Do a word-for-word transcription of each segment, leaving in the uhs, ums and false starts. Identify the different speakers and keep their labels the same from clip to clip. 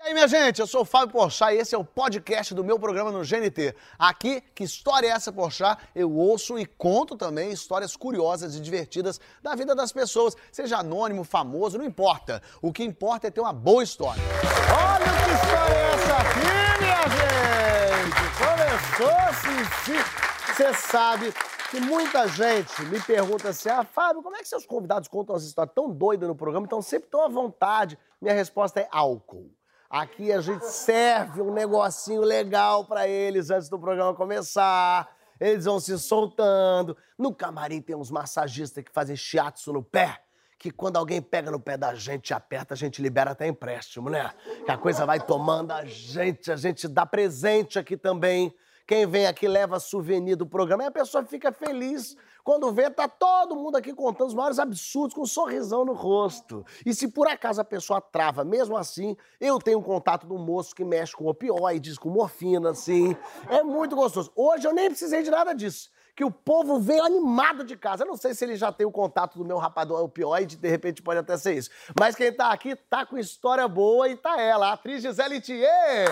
Speaker 1: E aí, minha gente, eu sou o Fábio Porchat e esse é o podcast do meu programa no G N T. Aqui, Que História é Essa, Porchat? Eu ouço e conto também histórias curiosas e divertidas da vida das pessoas, seja anônimo, famoso, não importa. O que importa é ter uma boa história. Olha que história é essa aqui, minha gente! Começou, sim, sim. Você sabe que muita gente me pergunta assim, ah, Fábio, como é que seus convidados contam essa história tão doida no programa, então sempre tão à vontade? Minha resposta é álcool. Aqui a gente serve um negocinho legal pra eles antes do programa começar. Eles vão se soltando. No camarim tem uns massagistas que fazem shiatsu no pé, que quando alguém pega no pé da gente e aperta, a gente libera até empréstimo, né? Que a coisa vai tomando a gente, a gente dá presente aqui também. Quem vem aqui leva souvenir do programa e a pessoa fica feliz. Quando vê, tá todo mundo aqui contando os maiores absurdos com um sorrisão no rosto. E se por acaso a pessoa trava, mesmo assim, eu tenho um contato do moço que mexe com opioides, com morfina, assim. É muito gostoso. Hoje eu nem precisei de nada disso, que o povo veio animado de casa. Eu não sei se ele já tem o contato do meu rapador opioide, de repente pode até ser isso. Mas quem tá aqui tá com história boa e tá ela, a atriz Gisele Thier.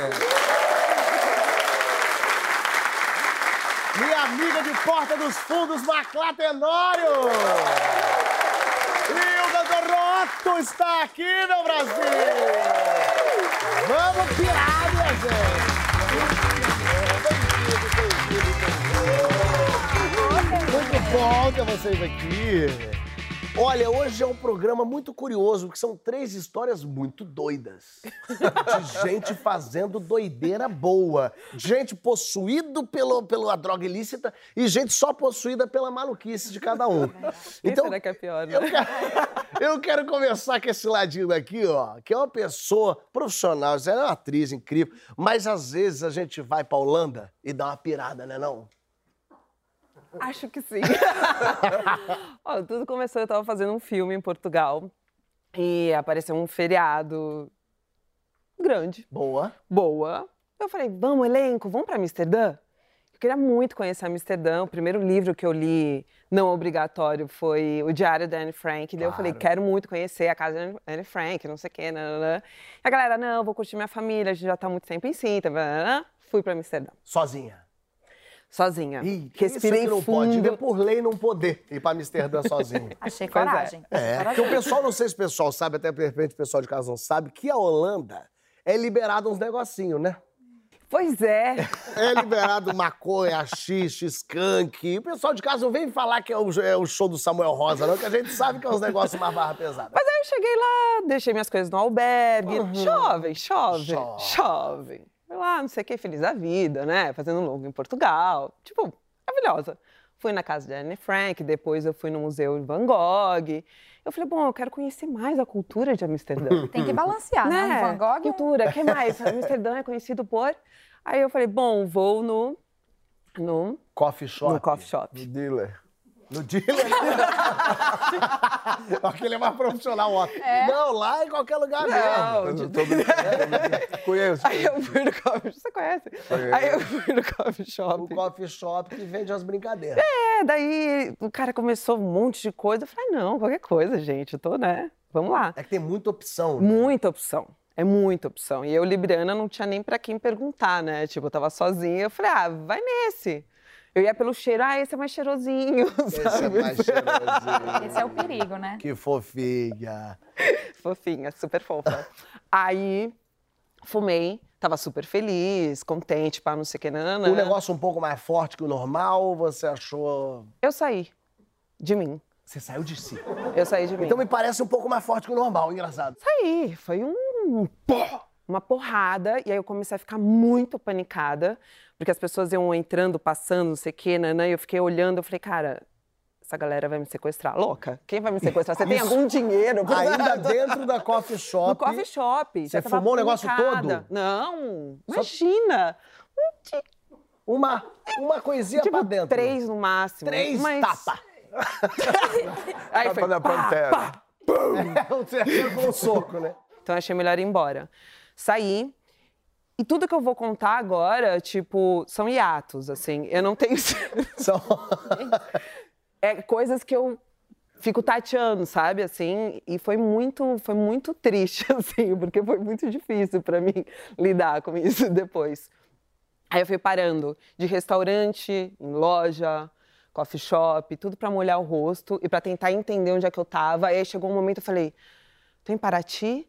Speaker 1: Minha amiga de Porta dos Fundos, Maclá Tenório! E o doutor Otto está aqui, meu Brasil! Vamos pirar, minha gente! Muito bom ter vocês aqui! Olha, hoje é um programa muito curioso, porque são três histórias muito doidas. De gente fazendo doideira boa. Gente possuído pelo, pela droga ilícita e gente só possuída pela maluquice de cada um.
Speaker 2: Então, será que é pior, né?
Speaker 1: Eu quero, eu quero começar com esse ladinho daqui, ó, que é uma pessoa profissional, ela é uma atriz incrível, mas às vezes a gente vai pra Holanda e dá uma pirada, né não?
Speaker 2: Acho que sim. Ó, tudo começou, eu tava fazendo um filme em Portugal e apareceu um feriado grande.
Speaker 1: Boa.
Speaker 2: Boa. Eu falei, vamos, elenco, vamos pra Amsterdã? Eu queria muito conhecer Amsterdã. O primeiro livro que eu li, não obrigatório, foi O Diário da Anne Frank. Claro. Daí eu falei, quero muito conhecer a casa da Anne Frank, não sei o quê. Nanana. E a galera, não, vou curtir minha família, a gente já tá muito tempo em Sintra. Nanana. Fui pra Amsterdã.
Speaker 1: Sozinha?
Speaker 2: Sozinha.
Speaker 1: Ih,
Speaker 2: respirei
Speaker 1: isso que não
Speaker 2: fundo.
Speaker 1: pode, por lei não poder ir pra Amsterdã sozinho.
Speaker 3: Achei coragem.
Speaker 1: É, é. Porque o pessoal, não sei se o pessoal sabe, até de repente o pessoal de casa não sabe, que a Holanda é liberado uns negocinhos, né?
Speaker 2: Pois é.
Speaker 1: É liberado maconha, xixi, skunk. O pessoal de casa não vem falar que é o, é o show do Samuel Rosa, não, que a gente sabe que é uns negócios mais barra pesada.
Speaker 2: Mas aí eu cheguei lá, deixei minhas coisas no albergue. Uhum. Chove, chove,
Speaker 1: chove.
Speaker 2: chove. Fui lá, não sei o que, feliz da vida, né? Fazendo um longo em Portugal. Tipo, maravilhosa. Fui na casa de Anne Frank, depois eu fui no Museu de Van Gogh. Eu falei, bom, eu quero conhecer mais a cultura de Amsterdã.
Speaker 3: Tem que balancear, né?
Speaker 2: né?
Speaker 3: Van Gogh.
Speaker 2: Cultura, o que mais? Amsterdã é conhecido por... Aí eu falei, bom, vou no... No...
Speaker 1: Coffee shop.
Speaker 2: No coffee shop.
Speaker 1: No dealer. No dealer? Aquele é mais profissional, ó. É. Não, lá em qualquer lugar
Speaker 2: não,
Speaker 1: mesmo.
Speaker 2: De...
Speaker 1: Tô brincando. Conheço.
Speaker 2: Aí eu fui no coffee shop, você conhece? Conheço. Aí eu fui no coffee shop.
Speaker 1: O coffee shop que vende as brincadeiras.
Speaker 2: É, daí o cara começou um monte de coisa. Eu falei, não, qualquer coisa, gente, eu tô, né? Vamos lá.
Speaker 1: É que tem muita opção, né?
Speaker 2: Muita opção. É muita opção. E eu, libriana, não tinha nem pra quem perguntar, né? Tipo, eu tava sozinha. Eu falei, ah, vai nesse. Eu ia pelo cheiro, ah, esse é mais cheirosinho,
Speaker 1: Esse
Speaker 2: sabe?
Speaker 1: é mais cheirosinho.
Speaker 3: Esse é o perigo, né?
Speaker 1: Que fofinha.
Speaker 2: Fofinha, super fofa. Aí, fumei, tava super feliz, contente, pá, não sei o que, nanana.
Speaker 1: Um negócio um pouco mais forte que o normal, você achou...
Speaker 2: Eu saí de mim.
Speaker 1: Você saiu de si?
Speaker 2: Eu saí de mim.
Speaker 1: Então me parece um pouco mais forte que o normal, engraçado.
Speaker 2: Saí, foi um... uma porrada, e aí eu comecei a ficar muito panicada, porque as pessoas iam entrando, passando, não sei o quê, nanã, e eu fiquei olhando, eu falei, cara, essa galera vai me sequestrar. Louca? Quem vai me sequestrar? Você tem algum dinheiro?
Speaker 1: Ainda dentro da coffee shop?
Speaker 2: No coffee shop.
Speaker 1: Você fumou o negócio todo?
Speaker 2: Não, imagina.
Speaker 1: Uma, uma coisinha
Speaker 2: tipo,
Speaker 1: pra dentro.
Speaker 2: Três no máximo.
Speaker 1: Três
Speaker 2: mas...
Speaker 1: tapa.
Speaker 2: Aí
Speaker 1: tapa
Speaker 2: foi
Speaker 1: da
Speaker 2: pá,
Speaker 1: pantera.
Speaker 2: Pá.
Speaker 1: É, você achou com um soco, né?
Speaker 2: Então achei melhor ir embora. Saí. E tudo que eu vou contar agora, tipo, são hiatos, assim. Eu não tenho...
Speaker 1: São...
Speaker 2: É coisas que eu fico tateando, sabe, assim, e foi muito, foi muito triste, assim, porque foi muito difícil pra mim lidar com isso depois. Aí eu fui parando de restaurante, em loja, coffee shop, tudo pra molhar o rosto e pra tentar entender onde é que eu tava. Aí chegou um momento eu falei, tô em Paraty?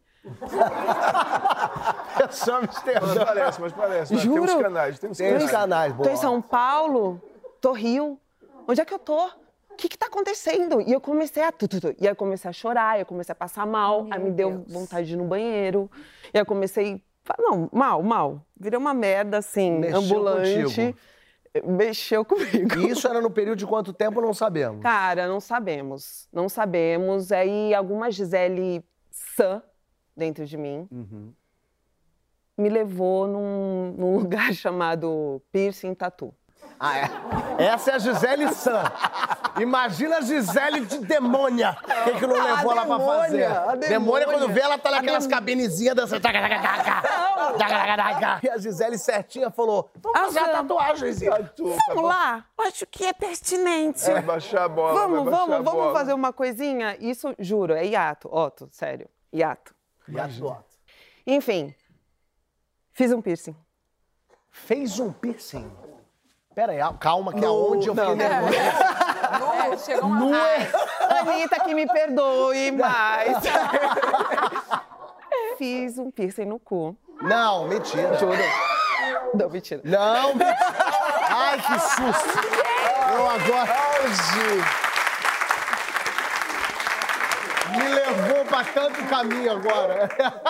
Speaker 1: É só Amsterdã.
Speaker 4: Mas parece, mas parece.
Speaker 2: Juro?
Speaker 4: Tem uns canais, tem uns
Speaker 1: Tem
Speaker 4: canais.
Speaker 1: os canais, boa.
Speaker 2: Tô em São Paulo, tô Rio, onde é que eu tô? O que que tá acontecendo? E eu comecei a... Tu, tu, tu. E aí eu comecei a chorar, eu comecei a passar mal,
Speaker 3: Meu
Speaker 2: aí me deu
Speaker 3: Deus.
Speaker 2: vontade de ir no banheiro. E aí eu comecei... Não, mal, mal. Virei uma merda, assim,
Speaker 1: Mexeu
Speaker 2: ambulante.
Speaker 1: contigo.
Speaker 2: Mexeu comigo.
Speaker 1: E isso era no período de quanto tempo, não sabemos.
Speaker 2: Cara, não sabemos. Não sabemos. Aí alguma Gisele sã dentro de mim me levou num, num lugar chamado Piercing Tattoo.
Speaker 1: Ah, é? Essa é a Gisele San. Imagina a Gisele de demônia. O que, que não levou ela pra
Speaker 2: demônia,
Speaker 1: fazer?
Speaker 2: a
Speaker 1: Demônia,
Speaker 2: demônia.
Speaker 1: quando vê, ela tá naquelas
Speaker 2: A
Speaker 1: cabinezinhas dançando. E a Gisele certinha falou: vamos fazer a
Speaker 2: Ah,
Speaker 1: tatuagem, Zinha.
Speaker 4: Tatu,
Speaker 2: Vamos lá? Acho que é pertinente.
Speaker 4: Vai baixar a bola,
Speaker 2: Vamos,
Speaker 4: vai baixar
Speaker 2: vamos,
Speaker 4: a
Speaker 2: vamos
Speaker 4: bola.
Speaker 2: fazer uma coisinha? Isso, juro, é hiato. Otto, sério, hiato.
Speaker 1: E a tua?
Speaker 2: Enfim, fiz um piercing.
Speaker 1: Fez um piercing. Pera aí, calma, que aonde eu fiquei nervoso.
Speaker 3: É, chegou uma...
Speaker 2: Anitta, que me perdoe, mas... Fiz um piercing no cu.
Speaker 1: Não, mentira.
Speaker 2: Juro. Não, mentira.
Speaker 1: Não, mentira. Ai, que susto. Eu agora... Me levou pra tanto caminho agora.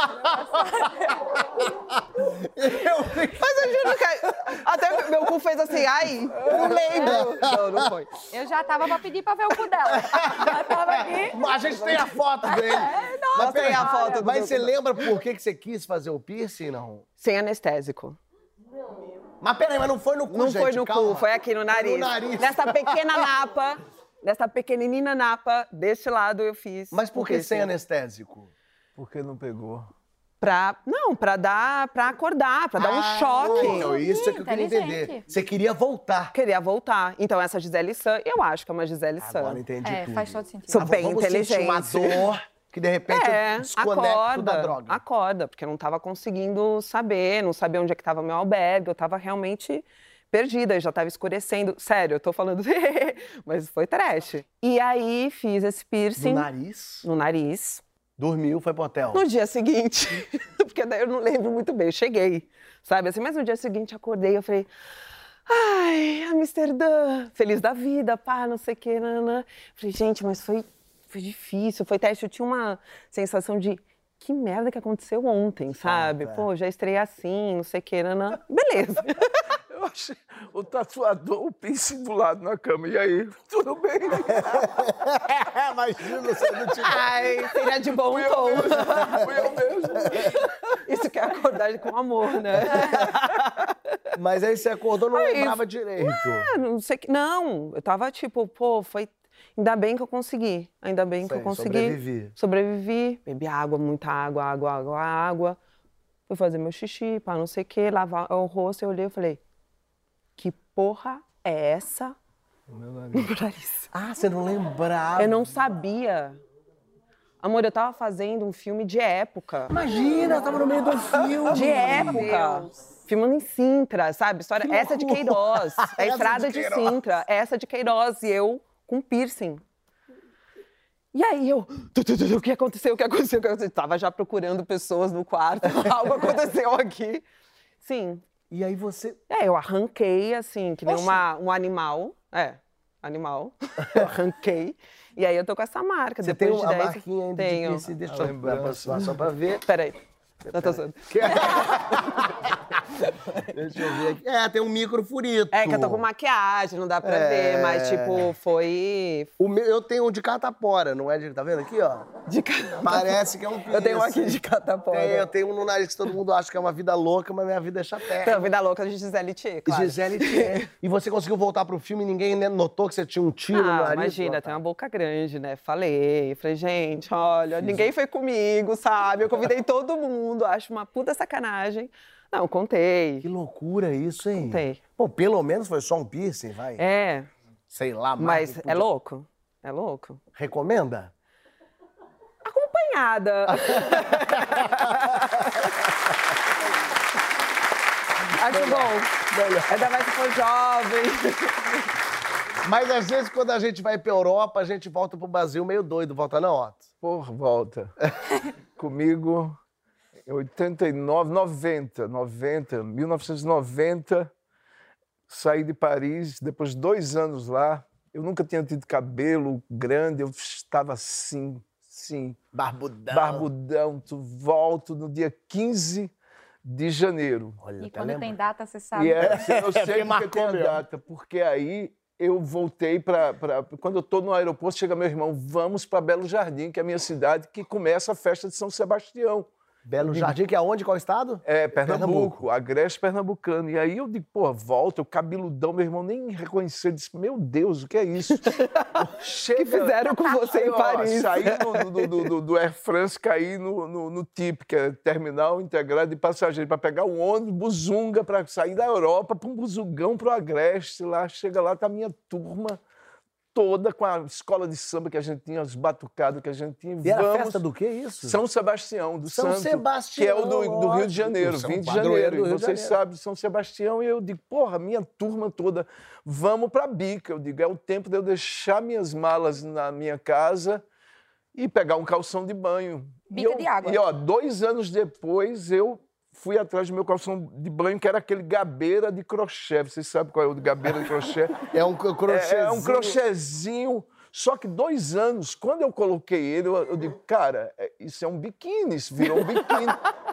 Speaker 1: Eu fiquei...
Speaker 2: Mas eu juro que até meu cu fez assim, ai, não lembro. Não, não foi.
Speaker 3: Eu já tava pra pedir pra ver o cu dela. Já tava aqui.
Speaker 1: A gente tem a foto dele.
Speaker 2: Nossa, tem a foto do
Speaker 1: Mas
Speaker 2: meu
Speaker 1: você
Speaker 2: cu.
Speaker 1: lembra por que que você quis fazer o piercing, não?
Speaker 2: Sem anestésico.
Speaker 1: Mas peraí, mas não foi no cu,
Speaker 2: Não
Speaker 1: gente,
Speaker 2: foi no
Speaker 1: calma.
Speaker 2: cu, foi aqui no nariz.
Speaker 1: No nariz.
Speaker 2: Nessa pequena napa, nessa pequenininha napa, deste lado eu fiz.
Speaker 1: Mas por
Speaker 2: um
Speaker 1: que sem
Speaker 2: piercing.
Speaker 1: anestésico?
Speaker 4: Porque não pegou.
Speaker 2: Pra, não, pra dar, pra acordar, pra dar um
Speaker 1: Ah,
Speaker 2: choque.
Speaker 1: Então, isso é que eu queria
Speaker 3: Inteligente.
Speaker 1: entender. Você queria voltar.
Speaker 2: Queria voltar. Então, essa Gisele San, eu acho que é uma Gisele San.
Speaker 1: Agora entendi
Speaker 3: É,
Speaker 1: tudo.
Speaker 3: faz todo sentido.
Speaker 2: Sou
Speaker 1: Ah,
Speaker 2: bem
Speaker 1: vamos sentir uma
Speaker 2: inteligente.
Speaker 1: dor que, de repente,
Speaker 2: É,
Speaker 1: eu desconecto
Speaker 2: acorda,
Speaker 1: da droga.
Speaker 2: acorda, porque eu não tava conseguindo saber, não sabia onde é que tava meu albergue, eu tava realmente perdida, já tava escurecendo. Sério, eu tô falando, mas foi trash. E aí, fiz esse piercing
Speaker 1: No nariz,
Speaker 2: no nariz.
Speaker 1: dormiu, foi pro hotel.
Speaker 2: No dia seguinte, porque daí eu não lembro muito bem, eu cheguei, sabe assim, mas no dia seguinte acordei, eu falei, ai, Amsterdã, feliz da vida, pá, não sei o que, nanã. Falei, gente, mas foi, foi difícil, foi teste, eu tinha uma sensação de, que merda que aconteceu ontem, sabe?
Speaker 1: é.
Speaker 2: Pô, já estreiei assim, não sei o que, nanã. Beleza.
Speaker 4: Eu achei o tatuador, o piercing do lado na cama. E aí, tudo bem?
Speaker 1: Imagina você não tiver.
Speaker 2: Ai, seria de bom
Speaker 4: Fui eu
Speaker 2: tom.
Speaker 4: mesmo. Fui eu mesmo.
Speaker 2: Isso que é acordar com amor, né?
Speaker 1: Mas aí você acordou, não
Speaker 2: Aí,
Speaker 1: lembrava direito.
Speaker 2: Ah, não sei que. Não, eu tava tipo, pô, foi. Ainda bem que eu consegui. Ainda bem que
Speaker 1: Sei,
Speaker 2: eu consegui.
Speaker 1: sobrevivi.
Speaker 2: Sobrevivi. Bebi água, muita água, água, água, água. Fui fazer meu xixi, pá, não sei o quê, lavar o rosto. Eu olhei e falei, que porra é essa
Speaker 4: O meu nariz.
Speaker 2: no meu nariz?
Speaker 1: Ah, você não lembrava.
Speaker 2: Eu não sabia. Amor, eu tava fazendo um filme de época.
Speaker 1: Imagina, eu tava no meio do filme.
Speaker 2: De época. Filmando em Sintra, sabe? História,
Speaker 1: Que
Speaker 2: essa de
Speaker 1: loucura.
Speaker 2: Queiroz. A
Speaker 1: Essa
Speaker 2: estrada
Speaker 1: de
Speaker 2: de,
Speaker 1: Queiroz.
Speaker 2: Sintra. Essa de Queiroz. E eu com piercing. E aí eu... tu, tu, tu, tu, O que aconteceu? O que aconteceu? O que aconteceu? Tava já procurando pessoas no quarto. Algo aconteceu aqui. Sim.
Speaker 1: E aí você...
Speaker 2: É, eu arranquei, assim, que nem
Speaker 1: Oxi.
Speaker 2: uma, um animal. É, animal. Eu arranquei. E aí eu tô com essa marca.
Speaker 1: Você
Speaker 2: Depois
Speaker 1: tem
Speaker 2: de
Speaker 1: a
Speaker 2: dez...
Speaker 1: marquinha ainda
Speaker 2: Tenho.
Speaker 1: de piercing. Deixa
Speaker 4: A
Speaker 1: eu
Speaker 4: lembrança.
Speaker 1: aproximar só pra ver.
Speaker 2: Peraí. Eu tô usando.
Speaker 1: Deixa eu ver aqui. É, tem um micro furito.
Speaker 2: É que eu tô com maquiagem, não dá pra
Speaker 1: É.
Speaker 2: ver, mas tipo, foi
Speaker 1: O meu, eu tenho um de catapora, não é de... Tá vendo aqui, ó?
Speaker 2: de cada...
Speaker 1: Parece que é um piercing.
Speaker 2: Eu tenho um aqui de catapora.
Speaker 1: Tem, eu tenho um no nariz que todo mundo acha que é uma vida louca, mas minha vida é chateca.
Speaker 2: Então, vida louca de Gisele Thier, claro.
Speaker 1: Gisele Thier. E você conseguiu voltar pro filme e ninguém né, notou que você tinha um tiro no
Speaker 2: Ah,
Speaker 1: nariz?
Speaker 2: imagina,
Speaker 1: Pô,
Speaker 2: tem uma boca grande, né? Falei, falei, gente, olha, ninguém foi comigo, sabe? Eu convidei todo mundo, acho uma puta sacanagem. Não, contei.
Speaker 1: Que loucura isso, hein?
Speaker 2: Contei.
Speaker 1: Pô, pelo menos foi só um piercing, vai.
Speaker 2: É,
Speaker 1: Sei lá, mais.
Speaker 2: mas
Speaker 1: podia-
Speaker 2: é louco? É louco.
Speaker 5: Recomenda?
Speaker 2: Acompanhada. Acho bom. Ainda mais se for jovem.
Speaker 5: Mas às vezes, quando a gente vai pra Europa, a gente volta pro Brasil meio doido. Volta não, Otto?
Speaker 4: Por volta. Comigo, em oitenta e nove, noventa, noventa, mil novecentos e noventa, saí de Paris, depois de dois anos lá. Eu nunca tinha tido cabelo grande, eu estava assim, sim.
Speaker 5: Barbudão.
Speaker 4: Barbudão. Tu volto no dia quinze de janeiro.
Speaker 5: Olha,
Speaker 3: E
Speaker 5: até
Speaker 3: quando
Speaker 5: lembro.
Speaker 3: tem data, você sabe.
Speaker 4: E é, eu sei porque
Speaker 5: marcou
Speaker 4: tem a
Speaker 5: mesmo.
Speaker 4: data, porque aí eu voltei para... Quando eu estou no aeroporto, chega meu irmão, vamos para Belo Jardim, que é a minha cidade, que começa a festa de São Sebastião.
Speaker 5: Belo Jardim, que é onde? Qual estado?
Speaker 4: É, Pernambuco,
Speaker 5: Pernambuco.
Speaker 4: Agreste Pernambucano. E aí eu digo, pô, volta, o cabeludão, meu irmão nem reconheceu, disse, meu Deus, o que é isso? Chega...
Speaker 2: O que fizeram com você
Speaker 4: Aí,
Speaker 2: em
Speaker 4: ó,
Speaker 2: Paris?
Speaker 4: Saí do, do, do, do, do Air France, caí no, no, no T I P, que é Terminal Integrado de Passageiros, para pegar um ônibus, Buzunga, para sair da Europa para um Buzugão, para o Agreste. Lá, chega lá, tá a minha turma toda com a escola de samba que a gente tinha, os batucados que a gente tinha.
Speaker 5: E era
Speaker 4: Vamos...
Speaker 5: festa do que isso?
Speaker 4: São Sebastião, do
Speaker 5: São
Speaker 4: Santo,
Speaker 5: Sebastião,
Speaker 4: que é o do, do Rio de Janeiro,
Speaker 5: São
Speaker 4: vinte de
Speaker 5: padroeiro
Speaker 4: janeiro.
Speaker 5: do
Speaker 4: E
Speaker 5: Rio de
Speaker 4: vocês
Speaker 5: Janeiro.
Speaker 4: sabem, São Sebastião, e eu digo, porra, minha turma toda, vamos pra Bica. Eu digo, é o tempo de eu deixar minhas malas na minha casa e pegar um calção de banho.
Speaker 3: Bica
Speaker 4: e eu,
Speaker 3: de água.
Speaker 4: E, ó, dois anos depois, eu fui atrás do meu calção de banho, que era aquele gabeira de crochê. Vocês sabem qual é o gabeira de crochê?
Speaker 5: É um crochêzinho.
Speaker 4: É, é um crochêzinho. Só que dois anos, quando eu coloquei ele, eu, eu digo, cara, é- isso é um biquíni, isso virou um biquíni.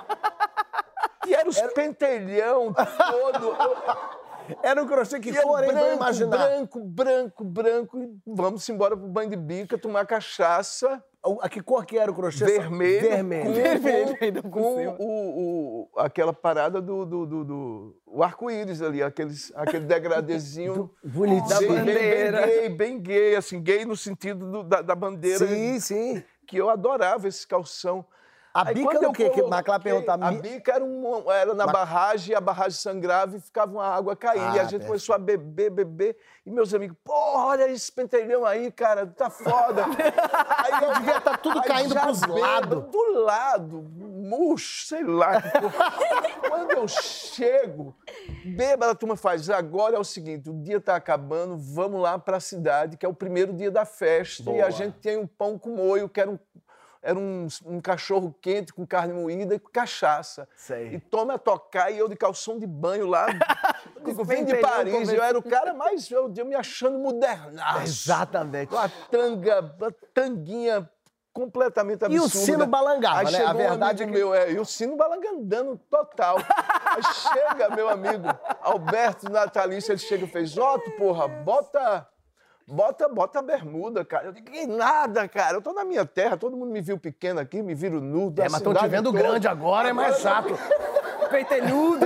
Speaker 4: E era os pentelhão todo. eu-
Speaker 5: Era um crochê que
Speaker 4: E eu
Speaker 5: for, hein, pra eu
Speaker 4: branco,
Speaker 5: imaginar.
Speaker 4: branco, branco, branco. E vamos embora pro banho de bica, tomar cachaça.
Speaker 5: O- A que cor que era o crochê?
Speaker 4: Vermelho,
Speaker 5: Vermelho.
Speaker 4: com,
Speaker 2: Vermelho ainda por
Speaker 4: com
Speaker 2: cima.
Speaker 4: o, o- aquela parada do, do, do- do- o arco-íris ali, aqueles, aquele degradezinho
Speaker 5: Bonito.
Speaker 2: Da
Speaker 4: bem, bem- bem
Speaker 2: bandeira.
Speaker 4: gay, bem gay, assim, gay no sentido do- da, da bandeira,
Speaker 5: Sim, sim.
Speaker 4: que eu adorava esse calção.
Speaker 5: A
Speaker 4: Aí,
Speaker 5: bica
Speaker 4: quando
Speaker 5: era
Speaker 4: eu
Speaker 5: o quê? Que
Speaker 4: coloquei,
Speaker 5: Maclá pergunta.
Speaker 4: A
Speaker 5: mi-
Speaker 4: bica era, um, era na
Speaker 5: Ma-
Speaker 4: barragem, a barragem sangrava e ficava uma água caindo.
Speaker 5: Ah,
Speaker 4: e a gente
Speaker 5: perfeito.
Speaker 4: começou a beber, beber. E meus amigos, porra, olha esse pentelhão aí, cara, tá foda. Aí eu
Speaker 5: Devia tá tudo
Speaker 4: aí
Speaker 5: caindo
Speaker 4: já
Speaker 5: pros
Speaker 4: bêbado,
Speaker 5: lados.
Speaker 4: Do lado, murcho, sei lá. que porra. Quando eu chego, bêbada, a turma faz, agora é o seguinte, o dia tá acabando, vamos lá pra cidade, que é o primeiro dia da festa. E a
Speaker 5: Boa.
Speaker 4: gente tem um pão com molho, que era um... Era um, um cachorro quente com carne moída e com cachaça.
Speaker 5: Sei.
Speaker 4: E toma a tocar e eu de calção de banho lá. Digo, vim de
Speaker 2: pentelhão
Speaker 4: Paris,
Speaker 2: conversando.
Speaker 4: eu era o cara mais... Eu, eu me achando modernaço.
Speaker 5: Exatamente.
Speaker 4: Uma tanga, uma tanguinha completamente
Speaker 5: E
Speaker 4: absurda.
Speaker 5: o sino balangava,
Speaker 4: Aí
Speaker 5: né?
Speaker 4: chegou
Speaker 5: A verdade
Speaker 4: um
Speaker 5: é
Speaker 4: amigo
Speaker 5: que...
Speaker 4: meu, é, e o sino balangandando total. Aí chega meu amigo Alberto Natalício, ele chega e fez, Otto, porra, bota... Bota, bota a bermuda, cara. Eu digo, que nada, cara. Eu tô na minha terra, todo mundo me viu pequeno aqui, me viram nu. da
Speaker 5: É, mas estão te
Speaker 4: cidade
Speaker 5: vendo
Speaker 4: toda.
Speaker 5: grande agora, é mais chato.
Speaker 2: Peitelhudo.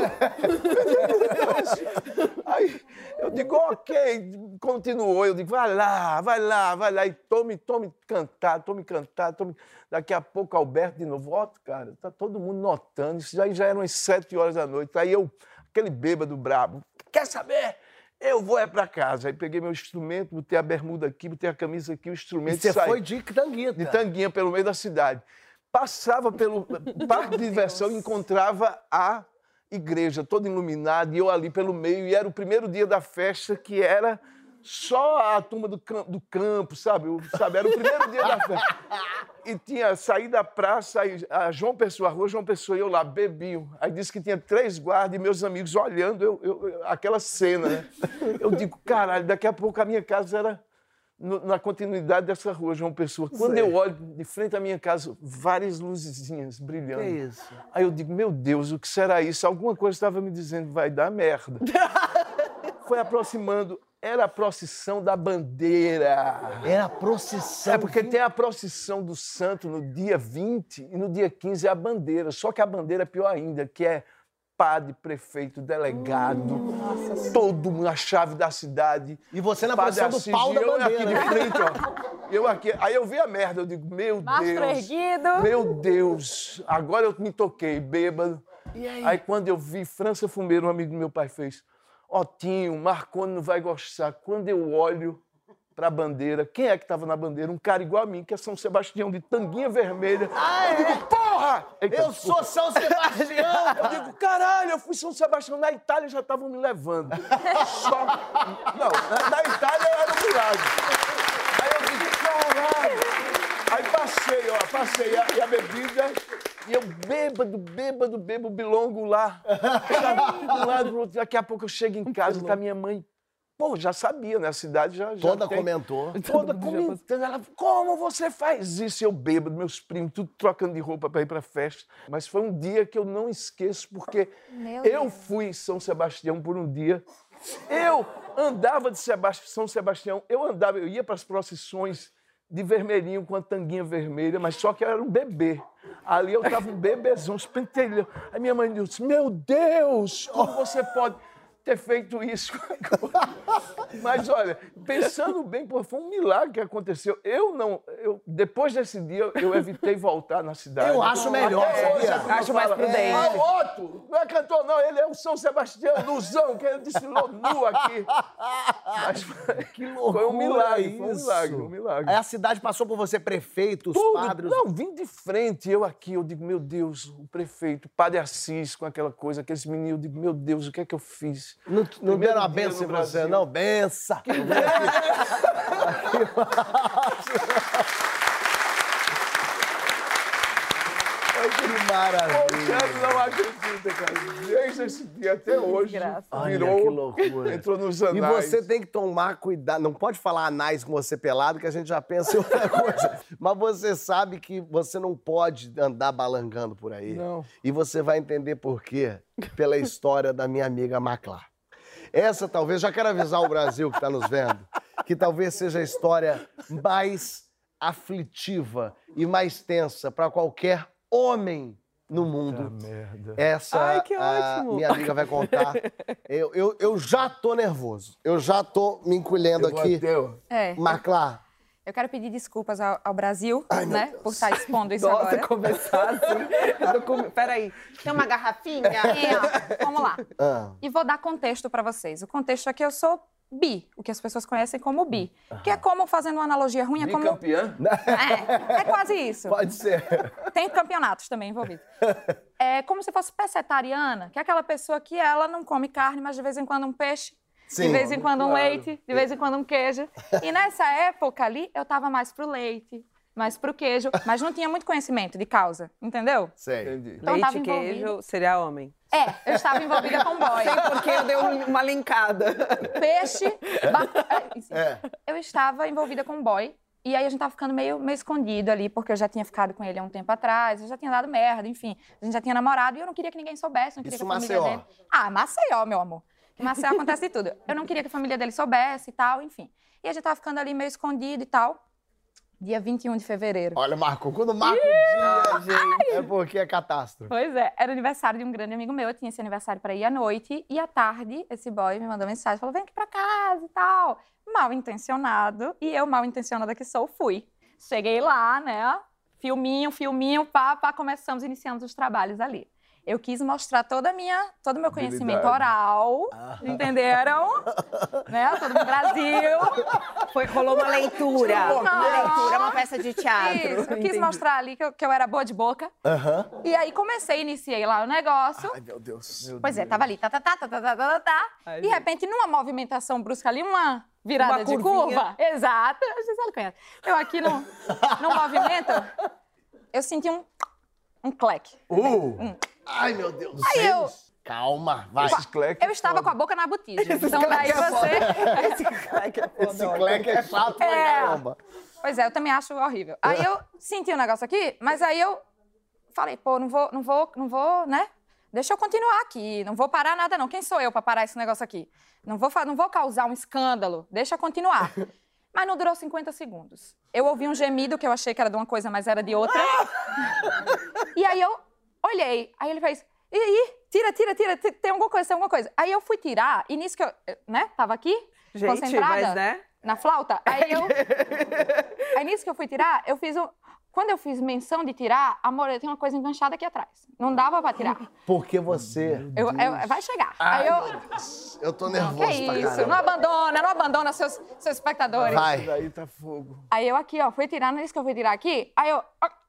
Speaker 4: Aí eu digo, ok, continuou. Eu digo, vai lá, vai lá, vai lá. E tome, tome cantar, tome cantar, tome. Daqui a pouco, Alberto de novo, Otto, cara, tá todo mundo notando. Isso aí já eram umas sete horas da noite. Aí eu, aquele bêbado brabo, quer saber? Eu vou é pra casa. Aí peguei meu instrumento, botei a bermuda aqui, botei a camisa aqui, o
Speaker 5: E
Speaker 4: instrumento
Speaker 5: você
Speaker 4: e saí.
Speaker 5: foi de tanguita.
Speaker 4: De tanguinha pelo meio da cidade. Passava pelo parque de diversão e encontrava a igreja toda iluminada e eu ali pelo meio. E era o primeiro dia da festa que era só a turma do campo, do campo sabe? O- sabe? Era o primeiro dia da festa. E tinha saído da praça, aí, a João Pessoa, a rua João Pessoa, e eu lá, bebinho. Aí disse que tinha três guardas e meus amigos olhando eu, eu- eu- aquela cena, né? Eu digo, caralho, daqui a pouco a minha casa era no- na continuidade dessa rua João Pessoa. Quando
Speaker 5: Sei.
Speaker 4: eu olho de frente à minha casa, várias luzinhas brilhando.
Speaker 5: Que isso?
Speaker 4: Aí eu digo, meu Deus, o que será isso? Alguma coisa estava me dizendo, vai dar merda. Foi aproximando, era a procissão da bandeira.
Speaker 5: Era procissão.
Speaker 4: É porque tem a procissão do santo no dia vinte e no dia quinze é a bandeira. Só que a bandeira é pior ainda, que é padre, prefeito, delegado, todo mundo, a chave da cidade.
Speaker 5: E você na
Speaker 4: Padre
Speaker 5: posição do
Speaker 4: Assis,
Speaker 5: pau da
Speaker 4: e eu
Speaker 5: bandeira.
Speaker 4: aqui de frente, ó. Eu aqui. Aí eu vi a merda, eu digo, meu
Speaker 3: Mastro
Speaker 4: Deus.
Speaker 3: erguido.
Speaker 4: Meu Deus. Agora eu me toquei, bêbado.
Speaker 5: E aí?
Speaker 4: Aí quando eu vi França Fumeiro, um amigo do meu pai fez, Otinho, Marconi não vai gostar. Quando eu olho, pra bandeira. Quem é que tava na bandeira? Um cara igual a mim, que é São Sebastião, de tanguinha vermelha.
Speaker 5: Ah,
Speaker 4: eu
Speaker 5: é?
Speaker 4: digo, porra! Eita,
Speaker 5: Eu
Speaker 4: desculpa.
Speaker 5: sou São Sebastião!
Speaker 4: Eu digo, caralho, eu fui São Sebastião. Na Itália já estavam me levando. Só... Não, na, na Itália era um milagre. Aí eu digo, caralho! Aí passei, ó, passei a, e a bebida, e eu bêbado, bêbado, bebo bilongo lá. De um lado pro outro. Daqui a pouco eu chego em casa, tá minha mãe. Pô, já sabia, né? A cidade já. já
Speaker 5: Toda
Speaker 4: tem,
Speaker 5: comentou.
Speaker 4: Toda comentando. Ela, como você faz isso? E eu bêbado, meus primos, tudo trocando de roupa pra ir pra festa. Mas foi um dia que eu não esqueço, porque
Speaker 3: Meu
Speaker 4: eu
Speaker 3: Deus.
Speaker 4: fui em São Sebastião por um dia. Eu andava de Sebast- São Sebastião, eu andava, eu ia pras procissões de vermelhinho com a tanguinha vermelha, mas só que eu era um bebê. Ali eu tava um bebezão, os pentelhos. Aí minha mãe disse, meu Deus, como você pode ter feito isso? Mas olha, pensando bem, pô, foi um milagre que aconteceu. Eu não, eu, depois desse dia, eu evitei voltar na cidade.
Speaker 5: Eu acho melhor,
Speaker 4: Até hoje,
Speaker 5: sabia?
Speaker 4: a turma
Speaker 2: Acho mais
Speaker 4: fala,
Speaker 2: prudente.
Speaker 4: Ah, o Otto, não é cantor não, ele é o São Sebastião, Luzão, que ele desfilou nu aqui. Mas
Speaker 5: Que loucura
Speaker 4: foi um milagre, foi um
Speaker 5: isso.
Speaker 4: milagre, um milagre.
Speaker 5: Aí a cidade passou por você, prefeito, os
Speaker 4: Tudo.
Speaker 5: padres...
Speaker 4: Não, vim de frente, eu aqui, eu digo, meu Deus, o prefeito, o Padre Assis, com aquela coisa, aqueles meninos, eu digo, meu Deus, o que é que eu fiz?
Speaker 5: Não, não
Speaker 4: Primeiro
Speaker 5: deram a
Speaker 4: dia
Speaker 5: benção em
Speaker 4: no
Speaker 5: você,
Speaker 4: Brasil.
Speaker 5: não? Benção. Ai, que maravilha.
Speaker 4: Poxa, não acredita, cara. Desde esse dia até hoje,
Speaker 3: graça.
Speaker 4: virou,
Speaker 5: Olha, que loucura.
Speaker 4: entrou nos
Speaker 5: E
Speaker 4: anais.
Speaker 5: você tem que tomar cuidado. Não pode falar anais com você pelado, que a gente já pensa em outra coisa. Mas você sabe que você não pode andar balangando por aí.
Speaker 4: Não.
Speaker 5: E você vai entender por quê pela história da minha amiga Maclá. Essa talvez, já quero avisar o Brasil que está nos vendo, que talvez seja a história mais aflitiva e mais tensa para qualquer homem no mundo.
Speaker 4: merda.
Speaker 5: Essa
Speaker 2: Ai, que
Speaker 5: a
Speaker 2: ótimo.
Speaker 5: minha amiga vai contar. Eu, eu, eu já tô nervoso. Eu já tô me encolhendo aqui.
Speaker 3: É,
Speaker 5: Maclá,
Speaker 3: eu quero pedir desculpas ao, ao Brasil, né, por estar expondo isso
Speaker 2: Nossa,
Speaker 3: agora.
Speaker 2: começar assim. Eu tô com... Peraí, tem uma garrafinha?
Speaker 3: É, ó, vamos lá.
Speaker 5: ah,
Speaker 3: E vou dar contexto para vocês. O contexto é que eu sou bi, o que as pessoas conhecem como bi. Que é como, fazendo uma analogia ruim, é como...
Speaker 4: Bicampeã?
Speaker 3: É, é quase isso.
Speaker 5: pode ser.
Speaker 3: Tem campeonatos também envolvidos. É como se fosse pescetariana, que é aquela pessoa que ela não come carne, mas de vez em quando um peixe,
Speaker 5: Sim.
Speaker 3: de vez em quando um
Speaker 4: Claro.
Speaker 3: leite, de vez em quando um queijo. E nessa época ali, eu tava mais pro leite, mais pro queijo, mas não tinha muito conhecimento de causa, entendeu?
Speaker 5: Sei.
Speaker 4: Entendi.
Speaker 3: Então, eu tava
Speaker 2: Leite,
Speaker 3: envolvida.
Speaker 2: queijo, seria homem.
Speaker 3: É, eu estava envolvida com boy.
Speaker 2: Porque eu dei um- uma linkada.
Speaker 3: Peixe, ba... é, enfim.
Speaker 5: É.
Speaker 3: Eu estava envolvida com um boy. E aí a gente tava ficando meio, meio escondido ali, porque eu já tinha ficado com ele há um tempo atrás, eu já tinha dado merda, enfim. A gente já tinha namorado e eu não queria que ninguém soubesse, não queria
Speaker 5: Isso
Speaker 3: que a família
Speaker 5: Maceió.
Speaker 3: dele... Ah, Maceió, meu amor. Em Maceió acontece de tudo. Eu não queria que a família dele soubesse e tal, enfim. E a gente tava ficando ali meio escondido e tal. Dia vinte e um de fevereiro.
Speaker 5: Olha, Marco, quando marca o dia, gente, é porque é catástrofe.
Speaker 3: Pois é, era aniversário de um grande amigo meu, eu tinha esse aniversário pra ir à noite, e à tarde esse boy me mandou mensagem, falou, vem aqui pra casa e tal. Mal intencionado, e eu, mal intencionada que sou, fui. Cheguei lá, né, filminho, filminho, pá, pá, começamos, iniciamos os trabalhos ali. Eu quis mostrar toda a minha, todo o meu conhecimento
Speaker 4: Habilidade.
Speaker 3: oral, entenderam? Né, todo no Brasil.
Speaker 2: Foi, rolou uma leitura.
Speaker 3: Não.
Speaker 2: Uma leitura, uma peça de teatro.
Speaker 3: Isso, eu quis
Speaker 2: Entendi.
Speaker 3: mostrar ali que eu, que eu era boa de boca.
Speaker 5: Aham.
Speaker 3: E aí comecei, iniciei lá o negócio.
Speaker 5: Ai, meu Deus.
Speaker 3: Pois é, tava ali, tá, tá, tá, tá, tá, tá, tá, tá.
Speaker 2: Ai,
Speaker 3: De
Speaker 2: gente.
Speaker 3: repente, numa movimentação brusca ali, uma virada
Speaker 2: Uma
Speaker 3: de
Speaker 2: curvinha.
Speaker 3: curva. Exato. A Gisele conhece. Eu aqui no, no movimento, eu senti um, um cleque.
Speaker 5: Uh. Ai, meu Deus.
Speaker 3: Aí eu-
Speaker 5: Calma, vai.
Speaker 4: Esses cleques
Speaker 3: Eu estava com a boca na botija. Então daí você...
Speaker 2: Esse cleque é foda.
Speaker 5: Esse cleque é chato pra
Speaker 3: É.
Speaker 5: caramba.
Speaker 3: Pois é, eu também acho horrível. Aí eu senti um negócio aqui, mas aí eu falei, pô, não vou, não vou, não vou, né? Deixa eu continuar aqui, não vou parar nada não. Quem sou eu pra parar esse negócio aqui? Não vou, fa- não vou causar um escândalo, deixa eu continuar. Mas não durou cinquenta segundos. Eu ouvi um gemido que eu achei que era de uma coisa, mas era de outra. E aí eu olhei, aí ele fez, ih, ih, tira, tira, tira, t- tem alguma coisa, tem alguma coisa. Aí eu fui tirar, e nisso que eu, né, tava aqui,
Speaker 2: Gente,
Speaker 3: concentrada,
Speaker 2: mas né?
Speaker 3: na flauta, aí eu... Aí nisso que eu fui tirar, eu fiz um... Quando eu fiz menção de tirar, amor, eu tenho uma coisa enganchada aqui atrás. Não dava pra tirar.
Speaker 5: Porque você...
Speaker 3: Eu, eu, vai chegar.
Speaker 5: Ai,
Speaker 3: Aí eu...
Speaker 5: meu Deus. Eu tô nervoso
Speaker 3: Que
Speaker 5: pra
Speaker 3: isso?
Speaker 5: caramba.
Speaker 3: Não abandona, não abandona seus, seus espectadores.
Speaker 5: Vai.
Speaker 4: Isso daí tá fogo.
Speaker 3: Aí eu aqui, ó, fui tirar, não é isso que eu fui tirar aqui? Aí eu...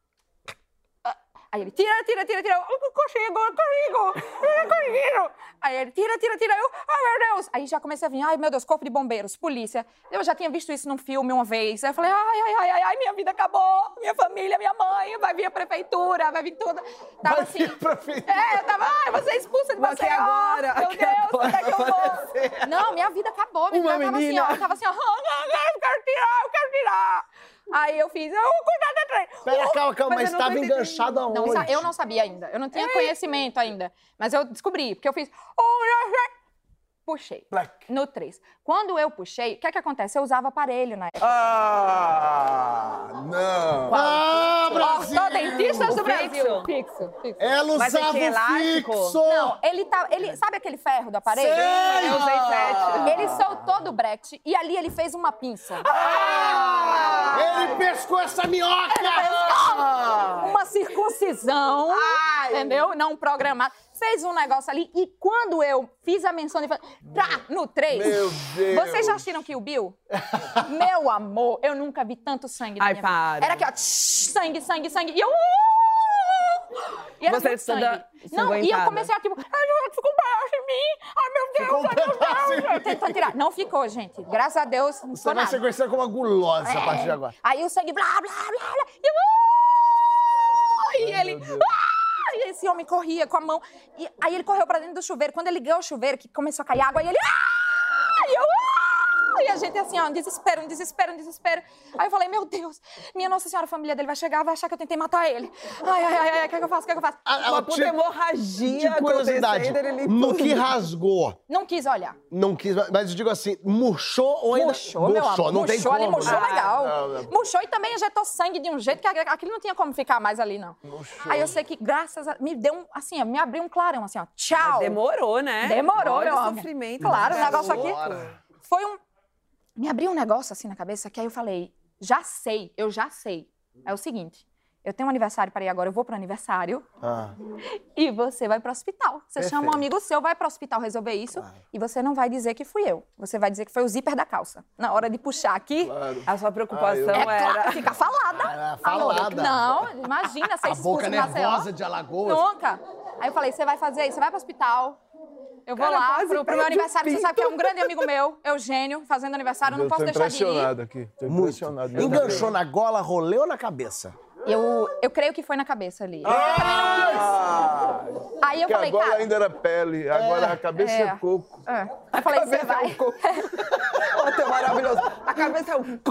Speaker 3: Aí ele, tira, tira, tira, tira. Eu consigo, eu consigo, eu consigo. Aí ele, tira, tira, tira. Eu, ai, meu Deus. Aí já comecei a vir, ai, meu Deus, corpo de bombeiros, polícia. Eu já tinha visto isso num filme uma vez. Aí eu falei, ai, ai, ai, ai, ai, minha vida acabou. Minha família, minha mãe, vai vir a prefeitura, vai vir tudo. Tava
Speaker 5: Vai
Speaker 3: assim.
Speaker 5: vir a prefeitura.
Speaker 3: É, eu tava, ai, você é expulsa de
Speaker 2: Vou aqui
Speaker 3: Maceió.
Speaker 2: agora,
Speaker 3: Meu
Speaker 2: aqui
Speaker 3: Deus,
Speaker 2: agora.
Speaker 3: onde é que eu vou? Não, minha vida acabou. Minha
Speaker 2: Uma
Speaker 3: vida tava
Speaker 2: menina.
Speaker 3: assim, ó. Eu tava assim, ó, eu quero tirar, eu quero tirar. Aí eu fiz, eu vou cuidar da trem.
Speaker 5: Pera, calma, calma, mas
Speaker 2: Mas eu não
Speaker 5: estava
Speaker 2: tô entendendo.
Speaker 5: enganchado aonde?
Speaker 3: Não, sa- eu não sabia ainda. Eu não tinha conhecimento ainda. Mas eu descobri, porque eu fiz. "Oh, puxei.
Speaker 4: Black.
Speaker 3: No três. Quando eu puxei, o que é que acontece? Eu usava aparelho na época.
Speaker 4: Ah, não.
Speaker 5: Ah, Brasil!
Speaker 3: Ortodentistas do
Speaker 2: O
Speaker 3: Brasil. Fixo, fixo.
Speaker 5: Ela
Speaker 2: Mas você
Speaker 5: usava
Speaker 2: tinha
Speaker 5: o
Speaker 2: elástico?
Speaker 5: fixo!
Speaker 3: Não, ele tá. Ele, sabe aquele ferro do aparelho?
Speaker 5: Sei!
Speaker 2: Eu usei sete.
Speaker 3: Ele soltou do brete e ali ele fez uma pinça.
Speaker 5: Ah! Ele pescou essa minhoca!
Speaker 3: Uma circuncisão, entendeu? Não programada. Fez um negócio ali e quando eu fiz a menção de... Trá, no três.
Speaker 4: Meu Deus.
Speaker 3: Vocês já assistiram Kill Bill? Meu amor, eu nunca vi tanto sangue na
Speaker 2: Ai,
Speaker 3: minha vida.
Speaker 2: para.
Speaker 3: Era aqui, ó, tsh, sangue, sangue, sangue. E eu... E era
Speaker 2: Você
Speaker 3: muito
Speaker 2: toda
Speaker 3: sangue. Não, e eu
Speaker 2: ensanguentada.
Speaker 3: comecei a tipo... Ai, ficou um pedaço em mim. Ai, meu Deus,
Speaker 5: Ficou um
Speaker 3: ai, meu
Speaker 5: pedaço em
Speaker 3: Deus.
Speaker 5: mim.
Speaker 3: Tentou tirar. Não ficou, gente. Graças a Deus, não
Speaker 5: Você
Speaker 3: ficou
Speaker 5: vai
Speaker 3: nada.
Speaker 5: ser conhecida como uma gulosa a partir de
Speaker 3: É.
Speaker 5: agora.
Speaker 3: Aí o sangue, blá, blá, blá, blá. E eu... E ele... Ah! E esse homem corria com a mão. E aí ele correu pra dentro do chuveiro. Quando ele ligou o chuveiro, que começou a cair água, aí ele... Ah! E eu... Ah! E a gente assim, ó, um desespero, um desespero, um desespero. Aí eu falei, meu Deus, minha Nossa Senhora, a família dele vai chegar, vai achar que eu tentei matar ele. Ai, ai, ai, ai, o que é que eu faço, o que é que eu faço?
Speaker 5: Ah,
Speaker 2: Uma
Speaker 5: ah,
Speaker 2: puta
Speaker 5: de-
Speaker 2: hemorragia
Speaker 5: de curiosidade,
Speaker 2: acontecendo, ele
Speaker 5: no
Speaker 2: tudo.
Speaker 5: que rasgou,
Speaker 3: Não quis olhar.
Speaker 5: não quis, mas eu digo assim, murchou ou ainda...
Speaker 3: Murchou, meu amor.
Speaker 5: não tem
Speaker 3: Murchou
Speaker 5: como.
Speaker 3: ali, murchou
Speaker 5: né?
Speaker 3: legal.
Speaker 4: não, não.
Speaker 3: Murchou e também injetou sangue de um jeito que aquilo não tinha como ficar mais ali, não.
Speaker 4: Murchou.
Speaker 3: Aí eu sei que, graças a... Me deu um, assim, ó, me abriu um clarão, assim, ó. Tchau.
Speaker 2: Demorou, né?
Speaker 3: Demorou,
Speaker 2: Olha
Speaker 3: meu
Speaker 2: o
Speaker 3: homem.
Speaker 2: sofrimento.
Speaker 3: Claro, o
Speaker 2: né?
Speaker 3: negócio aqui
Speaker 5: Agora.
Speaker 3: foi um... Me abriu um negócio assim na cabeça que aí eu falei, já sei, eu já sei. É o seguinte, eu tenho um aniversário para ir agora, eu vou pro aniversário
Speaker 5: Ah,
Speaker 3: e você vai pro hospital. Você chama um
Speaker 5: Perfeito.
Speaker 3: amigo seu, vai pro hospital resolver isso
Speaker 5: Claro.
Speaker 3: e você não vai dizer que fui eu. Você vai dizer que foi o zíper da calça. Na hora de puxar aqui,
Speaker 4: Claro.
Speaker 2: A sua preocupação
Speaker 3: é
Speaker 2: era...
Speaker 3: claro, fica falada.
Speaker 5: Era
Speaker 3: Amor,
Speaker 5: falada.
Speaker 3: Não, imagina, você
Speaker 5: a
Speaker 3: expulso
Speaker 5: boca
Speaker 3: de Maceió.
Speaker 5: nervosa de Alagoas.
Speaker 3: Nunca. Aí eu falei, você vai fazer isso, você vai pro hospital. Eu vou
Speaker 2: Cara,
Speaker 3: lá
Speaker 2: quase
Speaker 3: pro, pro meu
Speaker 2: perde o
Speaker 3: aniversário, você
Speaker 2: pinto.
Speaker 3: sabe que é um grande amigo meu, Eugênio, fazendo aniversário, eu não
Speaker 4: Eu
Speaker 3: posso
Speaker 4: tô
Speaker 3: deixar de ir.
Speaker 4: impressionado aqui. Tô
Speaker 5: Muito.
Speaker 4: impressionado. Meu
Speaker 5: Enganchou na gola, rolê ou na cabeça?
Speaker 3: Eu, eu creio que foi na cabeça ali.
Speaker 4: Ah!
Speaker 3: Aí eu
Speaker 4: Porque
Speaker 3: falei,
Speaker 4: agora
Speaker 3: cara...
Speaker 4: ainda era pele, agora a cabeça é,
Speaker 3: É.
Speaker 4: coco.
Speaker 3: É. Eu falei, você vai...
Speaker 2: Ó, teu maravilhoso. A cabeça é um...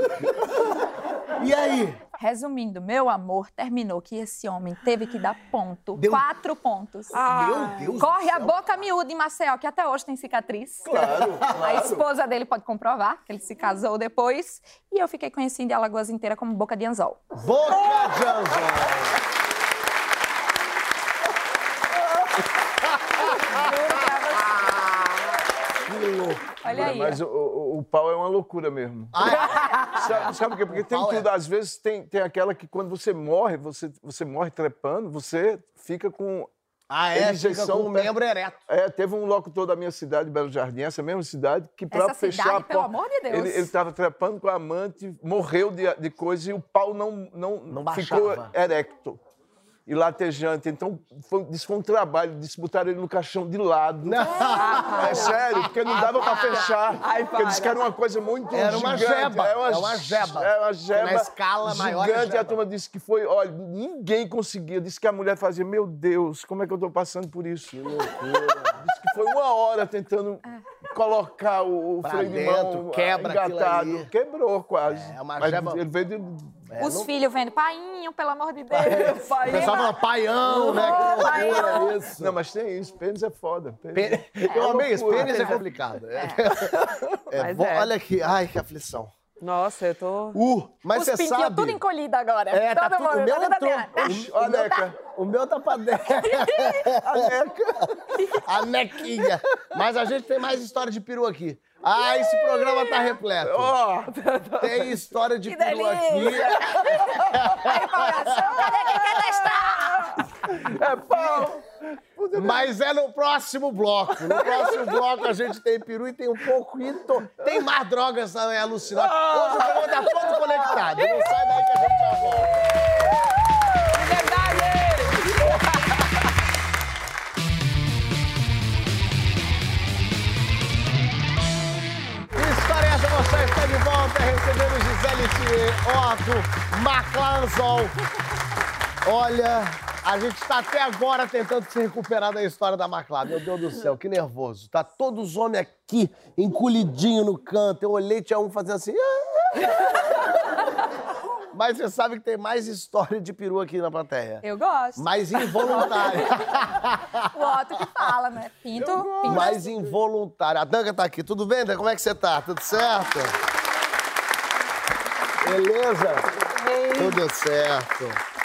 Speaker 5: E aí?
Speaker 3: Resumindo, meu amor, terminou que esse homem teve que dar ponto.
Speaker 5: Deu-
Speaker 3: Quatro pontos.
Speaker 5: Meu Deus
Speaker 3: Corre
Speaker 5: do
Speaker 3: a
Speaker 5: céu.
Speaker 3: boca miúda em Maceió, que até hoje tem cicatriz.
Speaker 4: Claro,
Speaker 3: A
Speaker 4: claro.
Speaker 3: esposa dele pode comprovar, que ele se casou depois. E eu fiquei conhecida em Alagoas inteira como Boca de Anzol.
Speaker 5: Boca de anzol. Que louco.
Speaker 3: Olha aí.
Speaker 4: Mas o, o- o pau é uma loucura mesmo.
Speaker 5: Ah,
Speaker 4: Sabe, sabe por quê? Porque tem
Speaker 5: pau é-
Speaker 4: tudo. Às vezes tem, tem aquela que quando você morre, você, você morre trepando, você fica com...
Speaker 5: ah é? Fica
Speaker 4: Injeção
Speaker 5: com o
Speaker 4: pé-
Speaker 5: membro ereto.
Speaker 4: É, teve um locutor da minha cidade, Belo Jardim, essa mesma cidade, que para
Speaker 3: Essa
Speaker 4: fechar
Speaker 3: cidade,
Speaker 4: a
Speaker 3: pelo
Speaker 4: porta...
Speaker 3: amor de Deus.
Speaker 4: Ele estava trepando com a amante, morreu de, de coisa e o pau não, não,
Speaker 5: Não
Speaker 4: ficou
Speaker 5: baixava.
Speaker 4: erecto e latejante. Então, foi, disse que foi um trabalho, disse que botaram ele no caixão de lado. É sério, porque não dava para fechar.
Speaker 2: Ai,
Speaker 4: porque disse que
Speaker 2: para.
Speaker 4: era uma coisa muito
Speaker 5: Era uma
Speaker 4: gigante.
Speaker 5: jeba,
Speaker 4: É uma,
Speaker 5: é uma jeba.
Speaker 4: É uma jeba
Speaker 5: Na escala maior é
Speaker 4: gigante. E
Speaker 5: jeba.
Speaker 4: a turma disse que foi... Olha, ninguém conseguia. Disse que a mulher fazia, meu Deus, como é que eu estou passando por isso? Que loucura. Disse que foi uma hora tentando colocar o, o
Speaker 5: Pra
Speaker 4: freio de
Speaker 5: dentro,
Speaker 4: mão
Speaker 5: quebra aquilo
Speaker 4: engatado.
Speaker 5: ali.
Speaker 4: Quebrou quase.
Speaker 5: É uma
Speaker 4: Mas
Speaker 5: jeba-
Speaker 4: ele veio de...
Speaker 5: É,
Speaker 3: Os
Speaker 5: não-
Speaker 3: filhos vendo, painho, pelo amor de Deus.
Speaker 5: O pessoal fala paião, né? Que loucura isso.
Speaker 4: Não, mas tem isso. Pênis é foda. Pênis
Speaker 5: Pê-
Speaker 4: é
Speaker 5: Eu amei isso,
Speaker 4: loucura.
Speaker 5: pênis é complicado. É. É,
Speaker 2: Mas
Speaker 5: bom,
Speaker 2: é.
Speaker 5: olha aqui, ai, que aflição.
Speaker 2: Nossa, eu tô...
Speaker 5: Uh, mas
Speaker 3: Os
Speaker 5: você
Speaker 3: pintinhos
Speaker 5: sabe...
Speaker 3: tudo encolhido agora.
Speaker 5: É, tá
Speaker 3: Todo
Speaker 5: tudo...
Speaker 3: mundo,
Speaker 5: O meu
Speaker 3: tá tudo
Speaker 5: entrou...
Speaker 3: assim, ó.
Speaker 5: O,
Speaker 4: Ó,
Speaker 5: o meu tá...
Speaker 4: Neca.
Speaker 5: O meu tá pra dentro. A neca. A nequinha. Mas a gente tem mais história de peru aqui. Ah, esse programa tá repleto.
Speaker 4: Ó,
Speaker 5: Tem história de
Speaker 3: Que
Speaker 5: peru aqui.
Speaker 3: delícia! A empolgação, cadê quem quer testar?
Speaker 4: é pau.
Speaker 5: Mas é no próximo bloco. No próximo bloco a gente tem peru e tem um pouco ito. Tem mais drogas também alucinantes. Hoje o programa tá todo conectado. Não sai daí que a gente já volta.
Speaker 2: Verdade!
Speaker 5: Que história é essa? Você está de volta recebendo Gisele Thier, Otto, Maclanzol. Olha, a gente está até agora tentando se recuperar da história da Maclá. Meu Deus do céu, que nervoso. Tá todos os homens aqui, encolhidinho no canto. Eu olhei, tinha um fazendo assim... Mas você sabe que tem mais história de peru aqui na plateia.
Speaker 3: Eu gosto.
Speaker 5: Mais involuntária.
Speaker 3: O Otto que fala, né? Pinto, pinto.
Speaker 5: Mais involuntária. A Danga tá aqui. Tudo bem, Danga? Como é que você tá? Tudo certo? Beleza? Tudo certo.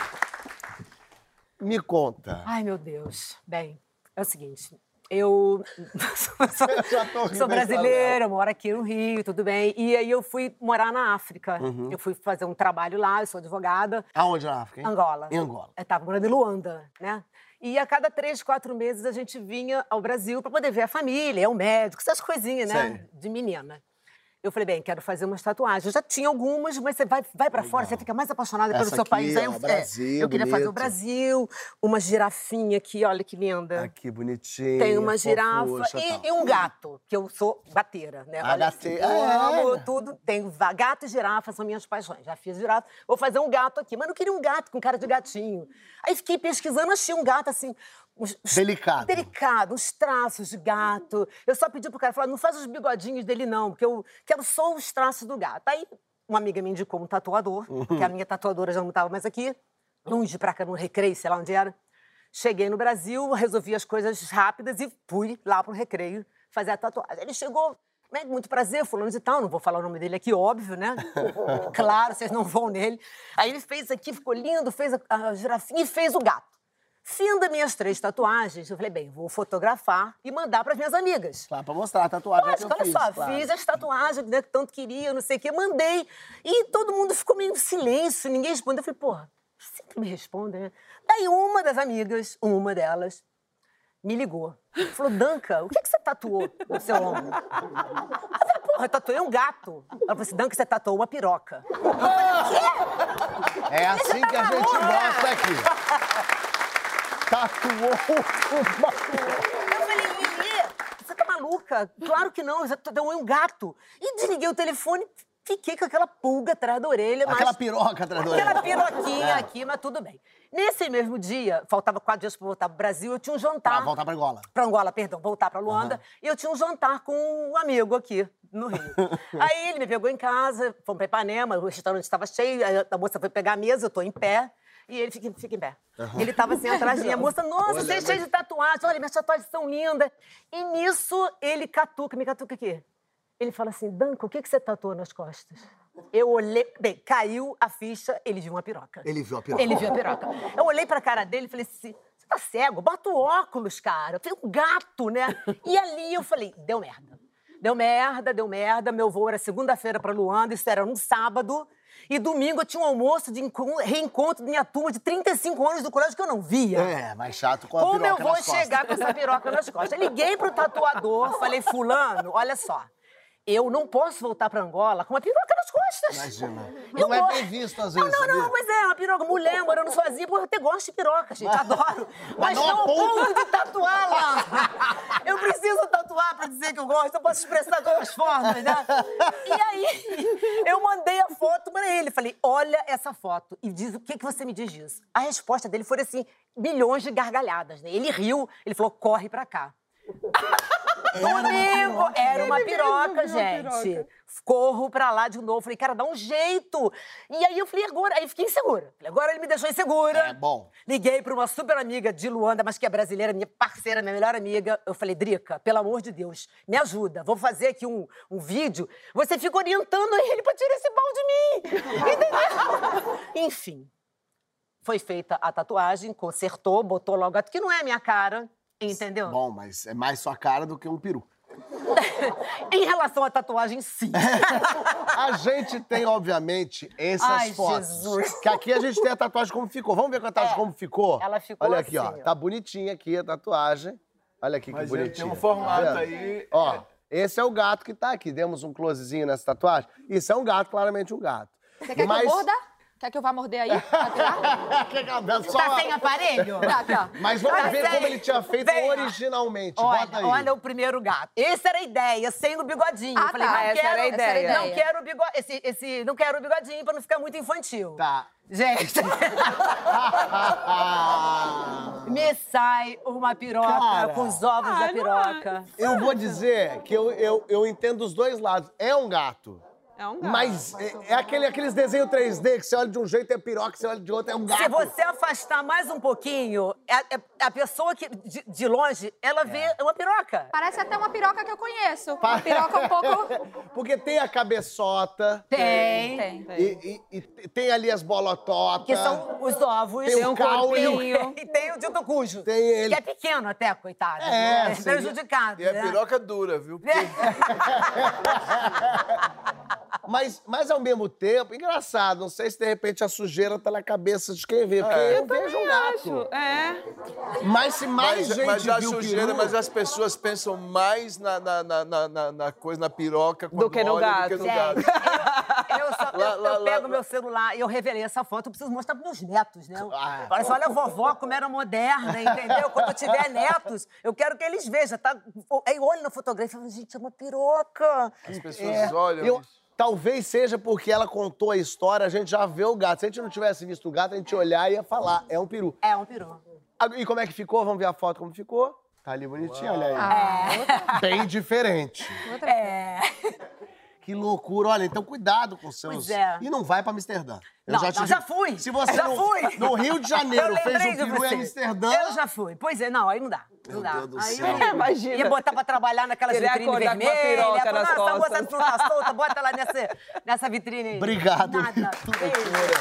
Speaker 5: Me conta.
Speaker 6: Ai, meu Deus. Bem, é o seguinte. Eu sou,
Speaker 5: Já tô rindo
Speaker 6: sou
Speaker 5: da
Speaker 6: brasileira, moro aqui no Rio, tudo bem. E aí eu fui morar na África.
Speaker 5: Uhum.
Speaker 6: Eu fui fazer um trabalho lá, eu sou advogada.
Speaker 5: Aonde na África, hein?
Speaker 6: Angola.
Speaker 5: Em Angola.
Speaker 6: Eu tava morando em Luanda, né? E a cada três, quatro meses a gente vinha ao Brasil para poder ver a família, o médico, essas coisinhas, né?
Speaker 5: Sei.
Speaker 6: De menina. Eu falei, bem, quero fazer umas tatuagens. Eu já tinha algumas, mas você vai, vai para fora, você fica mais apaixonada
Speaker 5: Essa
Speaker 6: pelo seu
Speaker 5: aqui,
Speaker 6: país. Aí
Speaker 5: ó,
Speaker 6: eu,
Speaker 5: Brasil,
Speaker 6: eu queria fazer o
Speaker 5: bonito.
Speaker 6: Brasil, uma girafinha aqui, olha que linda.
Speaker 5: Aqui, bonitinho.
Speaker 6: Tem uma girafa
Speaker 5: fofucha,
Speaker 6: e,
Speaker 5: tal.
Speaker 6: e um gato, que eu sou gateira, né?
Speaker 5: Ah,
Speaker 6: Olha,
Speaker 5: gateira.
Speaker 6: eu
Speaker 5: Ah,
Speaker 6: amo
Speaker 5: é?
Speaker 6: tudo. Tenho va- gato e girafa, são minhas paixões. Já fiz girafa, vou fazer um gato aqui. Mas não queria um gato com cara de gatinho. Aí fiquei pesquisando, achei um gato assim... uns- uns-
Speaker 5: Delicado.
Speaker 6: Delicado, uns traços de gato. Eu só pedi pro cara, falar, não faz os bigodinhos dele não, porque eu quero só os traços do gato. Aí uma amiga me indicou um tatuador, que a minha tatuadora já não estava mais aqui, longe pra cá, no Recreio, sei lá onde era. Cheguei no Brasil, resolvi as coisas rápidas e fui lá pro Recreio fazer a tatuagem. Ele chegou, né, muito prazer, fulano de tal, não vou falar o nome dele aqui, óbvio, né? Claro, vocês não vão nele. Aí ele fez aqui, ficou lindo, fez a, a girafinha e fez o gato. Fim das minhas três tatuagens, eu falei, bem, vou fotografar e mandar para as minhas amigas.
Speaker 5: Claro, pra mostrar a tatuagem
Speaker 6: Lógico,
Speaker 5: que eu
Speaker 6: olha
Speaker 5: fiz,
Speaker 6: só,
Speaker 5: claro.
Speaker 6: fiz as tatuagens, né, que tanto queria, não sei o quê, mandei. E todo mundo ficou meio em silêncio, ninguém respondeu. Eu falei, porra, sempre me respondem, né? Daí uma das amigas, uma delas, me ligou. Falou, Danca, o que, que você tatuou no seu ombro? Eu falei, porra, eu tatuei um gato. Ela falou assim, Danca, você tatuou uma piroca. Eu falei, quê?
Speaker 5: É assim que a gente gosta aqui. Tatuou uma...
Speaker 6: Eu falei, Lili, você tá maluca? Claro que não, eu já tatuei um gato. E desliguei o telefone, fiquei com aquela pulga atrás da orelha. mas-
Speaker 5: Aquela piroca atrás do
Speaker 6: Aquela
Speaker 5: orelha.
Speaker 6: piroquinha
Speaker 5: É.
Speaker 6: aqui, mas tudo bem. Nesse mesmo dia, faltava quatro dias para voltar pro Brasil, eu tinha um jantar...
Speaker 5: Pra voltar pra Angola.
Speaker 6: Pra Angola, perdão, voltar pra Luanda. E eu tinha um jantar com um amigo aqui, no Rio. Aí ele me pegou em casa, fomos pra Ipanema, o restaurante estava cheio, aí a moça foi pegar a mesa, eu tô em pé. E ele fica, fica em pé. Ele tava assim atrás de mim. A moça, nossa,
Speaker 5: Olha,
Speaker 6: você é
Speaker 5: mas-
Speaker 6: cheio de tatuagens. Olha, minhas tatuagens são lindas. E nisso, ele catuca. Me catuca aqui. Ele fala assim, Danco, o que, que você tatuou nas costas? Eu olhei... Bem, caiu a ficha, ele viu uma piroca.
Speaker 5: Ele viu a piroca.
Speaker 6: Ele viu a piroca. Eu olhei pra cara dele e falei assim, você tá cego? Bota o óculos, cara. Tem um gato, né? E ali eu falei, deu merda. Deu merda, deu merda. Meu voo era segunda-feira pra Luanda, isso era um sábado. E domingo eu tinha um almoço de enco- reencontro da minha turma de trinta e cinco anos do colégio que eu não via.
Speaker 5: É, mais chato com a
Speaker 6: Como
Speaker 5: piroca
Speaker 6: eu vou
Speaker 5: nas costas.
Speaker 6: chegar com essa piroca nas costas? Eu liguei pro tatuador, falei, fulano, olha só, eu não posso voltar pra Angola com uma piroca nas costas.
Speaker 5: Imagina.
Speaker 6: Eu
Speaker 5: Não é
Speaker 6: gosto-
Speaker 5: bem visto às
Speaker 6: Não,
Speaker 5: vezes,
Speaker 6: não, não,
Speaker 5: sabia?
Speaker 6: mas é uma piroca, mulher morando sozinha, pô, eu até gosto de piroca, gente, adoro. Mas
Speaker 5: não a
Speaker 6: não ao
Speaker 5: ponto.
Speaker 6: ponto de tatuar lá. Eu preciso tatuar pra dizer que eu gosto, eu posso expressar de outras formas, né? E aí, eu mandei a foto pra ele, falei, olha essa foto, e diz, o que, que você me diz disso? A resposta dele foi assim, milhões de gargalhadas, né? Ele riu, ele falou, corre pra cá. Domingo, era uma piroca, gente. Corro pra lá de novo. Falei, cara, dá um jeito. E aí eu falei, agora? Aí fiquei insegura. Falei, agora ele me deixou insegura.
Speaker 5: É bom.
Speaker 6: Liguei pra uma super amiga de Luanda, mas que é brasileira, minha parceira, minha melhor amiga. Eu falei, Drica, pelo amor de Deus, me ajuda. Vou fazer aqui um, um vídeo. Você fica orientando ele pra tirar esse pau de mim. Entendeu? Enfim. Foi feita a tatuagem, consertou, botou logo, que não é a minha cara. Entendeu?
Speaker 5: Bom, mas é mais sua cara do que um peru.
Speaker 6: Em relação à tatuagem, sim.
Speaker 5: A gente tem, obviamente, essas
Speaker 6: Ai,
Speaker 5: fotos.
Speaker 6: Jesus.
Speaker 5: Que aqui a gente tem a tatuagem como ficou. Vamos ver a tatuagem
Speaker 6: É,
Speaker 5: como ficou?
Speaker 6: ela ficou
Speaker 5: Olha aqui,
Speaker 6: assim,
Speaker 5: ó.
Speaker 6: ó.
Speaker 5: Tá bonitinha aqui a tatuagem. Olha aqui
Speaker 4: Mas
Speaker 5: que
Speaker 4: ele
Speaker 5: bonitinho.
Speaker 4: tem um formato
Speaker 5: Tá vendo?
Speaker 4: aí.
Speaker 5: Ó, esse é o gato que tá aqui. Demos um closezinho nessa tatuagem. Isso é um gato, claramente um gato.
Speaker 3: Você quer
Speaker 5: Mas...
Speaker 3: que eu morda? Quer que eu vá morder aí? Pra tirar?
Speaker 5: Só-
Speaker 6: Tá sem aparelho?
Speaker 3: Tá, aqui, ó.
Speaker 5: Mas vamos
Speaker 6: Tá
Speaker 5: ver
Speaker 6: sem.
Speaker 5: como ele tinha feito
Speaker 6: Vem, ó.
Speaker 5: originalmente. Bota aí.
Speaker 6: Olha, olha o primeiro gato. Essa era a ideia, sem o bigodinho.
Speaker 3: Ah,
Speaker 6: Eu falei,
Speaker 3: tá,
Speaker 6: não
Speaker 2: essa
Speaker 6: quero,
Speaker 2: era a ideia.
Speaker 6: Não quero o bigode, esse, esse, não quero o bigodinho pra não ficar muito infantil.
Speaker 5: Tá.
Speaker 6: Gente, me sai uma piroca
Speaker 5: Cara.
Speaker 6: com os ovos
Speaker 2: Ah,
Speaker 6: da
Speaker 2: não
Speaker 6: piroca.
Speaker 5: Eu vou dizer que eu, eu, eu entendo os dois lados. É um gato.
Speaker 2: É um gato.
Speaker 5: Mas é, é aquele, aqueles desenhos três D que você olha de um jeito é piroca, você olha de outro é um gato.
Speaker 6: Se você afastar mais um pouquinho, a, a- a pessoa que de, de longe, ela vê uma piroca.
Speaker 3: Parece até uma piroca que eu conheço. Uma piroca um pouco...
Speaker 5: Porque tem a cabeçota.
Speaker 6: Tem.
Speaker 3: Tem.
Speaker 5: E, e- e tem ali as bolototas.
Speaker 6: Que são os ovos.
Speaker 5: Tem um caule.
Speaker 2: corpinho.
Speaker 6: E tem o dito cujo.
Speaker 5: Tem ele.
Speaker 6: Que é pequeno até, coitado.
Speaker 5: É,
Speaker 6: né?
Speaker 5: seria-
Speaker 6: Prejudicado.
Speaker 4: E é
Speaker 6: né?
Speaker 4: piroca dura, viu? Porque
Speaker 5: Mas, mas ao mesmo tempo, engraçado, não sei se de repente a sujeira tá na cabeça de quem vê, porque
Speaker 4: É.
Speaker 5: eu, vejo um gato.
Speaker 2: Acho, é.
Speaker 5: Mas se mais
Speaker 4: Mas,
Speaker 5: gente
Speaker 4: mas a
Speaker 5: viu o
Speaker 4: sujeira,
Speaker 5: peru,
Speaker 4: mas as pessoas pensam mais na, na, na, na, na- na coisa, na piroca, quando
Speaker 2: Do que no
Speaker 4: olham,
Speaker 2: gato.
Speaker 4: do que no
Speaker 6: Gente,
Speaker 4: gato.
Speaker 6: eu, eu só-
Speaker 4: Lá,
Speaker 6: eu-
Speaker 4: lá,
Speaker 6: eu pego
Speaker 4: lá,
Speaker 6: meu
Speaker 4: lá.
Speaker 6: celular e eu revelei essa foto, eu preciso mostrar pros meus netos, né?
Speaker 5: Ah.
Speaker 6: Olha só, olha a vovó como era moderna, entendeu? Quando eu tiver netos, eu quero que eles vejam, tá? Aí olha na fotografia e falo, gente, é uma piroca.
Speaker 4: As pessoas olham
Speaker 5: eu-
Speaker 4: isso.
Speaker 5: talvez seja porque ela contou a história, a gente já vê o gato. Se a gente não tivesse visto o gato, a gente ia olhar e ia falar, é um peru.
Speaker 6: É um peru.
Speaker 5: Ah, e como é que ficou? Vamos ver a foto como ficou? Tá ali bonitinho, olha aí.
Speaker 3: Ah,
Speaker 5: Bem diferente.
Speaker 6: É.
Speaker 5: Que loucura. Olha, então cuidado com seus...
Speaker 6: Pois é.
Speaker 5: E não vai pra Amsterdã. Eu
Speaker 6: Não,
Speaker 5: já, te
Speaker 6: não, já
Speaker 5: digo,
Speaker 6: fui.
Speaker 5: Se você
Speaker 6: Já
Speaker 5: no,
Speaker 6: fui.
Speaker 5: no Rio de Janeiro
Speaker 6: Eu
Speaker 5: fez
Speaker 6: lembrei
Speaker 5: o
Speaker 6: de
Speaker 5: peru em
Speaker 6: você.
Speaker 5: Amsterdã...
Speaker 6: Eu já fui. Pois é, não, aí não dá. Não
Speaker 5: Meu
Speaker 6: dá.
Speaker 5: Deus do
Speaker 6: aí
Speaker 5: céu.
Speaker 6: eu
Speaker 2: Imagina.
Speaker 6: ia botar pra trabalhar naquelas
Speaker 2: Ele ia
Speaker 6: vitrines
Speaker 2: acordar com uma
Speaker 6: vermelhas.
Speaker 2: piroca
Speaker 6: ia falar,
Speaker 2: nas
Speaker 6: "Nossa, essa
Speaker 2: costas."
Speaker 6: moça não tá solta, bota lá nessa, nessa vitrine.
Speaker 5: Obrigado.
Speaker 6: Nada.
Speaker 5: Que loucura.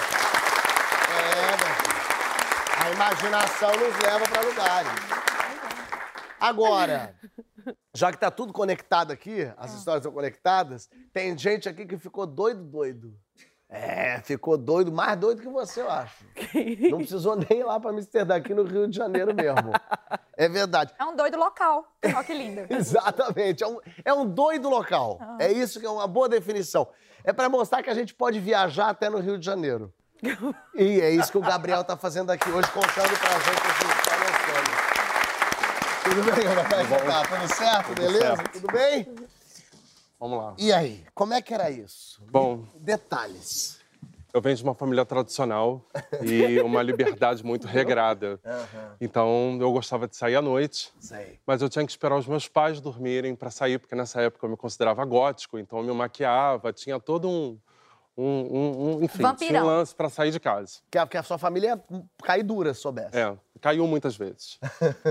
Speaker 5: É, meu filho. A imaginação nos leva pra lugares. Agora, já que tá tudo conectado aqui, as histórias estão conectadas, tem gente aqui que ficou doido, doido. É, ficou doido, mais doido que você, eu acho. Não precisou nem ir lá pra Amsterdã, aqui no Rio de Janeiro mesmo. É verdade.
Speaker 3: é um doido local. Olha que lindo.
Speaker 5: Exatamente. É um, é um doido local. É isso que é uma boa definição. É pra mostrar que a gente pode viajar até no Rio de Janeiro. E é isso que o Gabriel tá fazendo aqui hoje, contando pra gente essa história toda. Tudo bem, Gabriel? Tá tudo certo? Beleza?
Speaker 7: certo.
Speaker 5: Tudo bem?
Speaker 7: Vamos lá.
Speaker 5: E aí, como é que era isso?
Speaker 7: Bom,
Speaker 5: Detalhes.
Speaker 7: eu venho de uma família tradicional e uma liberdade muito regrada. Então, eu gostava de sair à noite,
Speaker 5: Sei.
Speaker 7: mas eu tinha que esperar os meus pais dormirem para sair, porque nessa época eu me considerava gótico, então eu me maquiava, tinha todo um... um, um, um enfim, tinha
Speaker 3: Vampirão.
Speaker 7: um lance para sair de casa.
Speaker 5: Que a, que a sua família cai dura, se soubesse.
Speaker 7: É, caiu muitas vezes.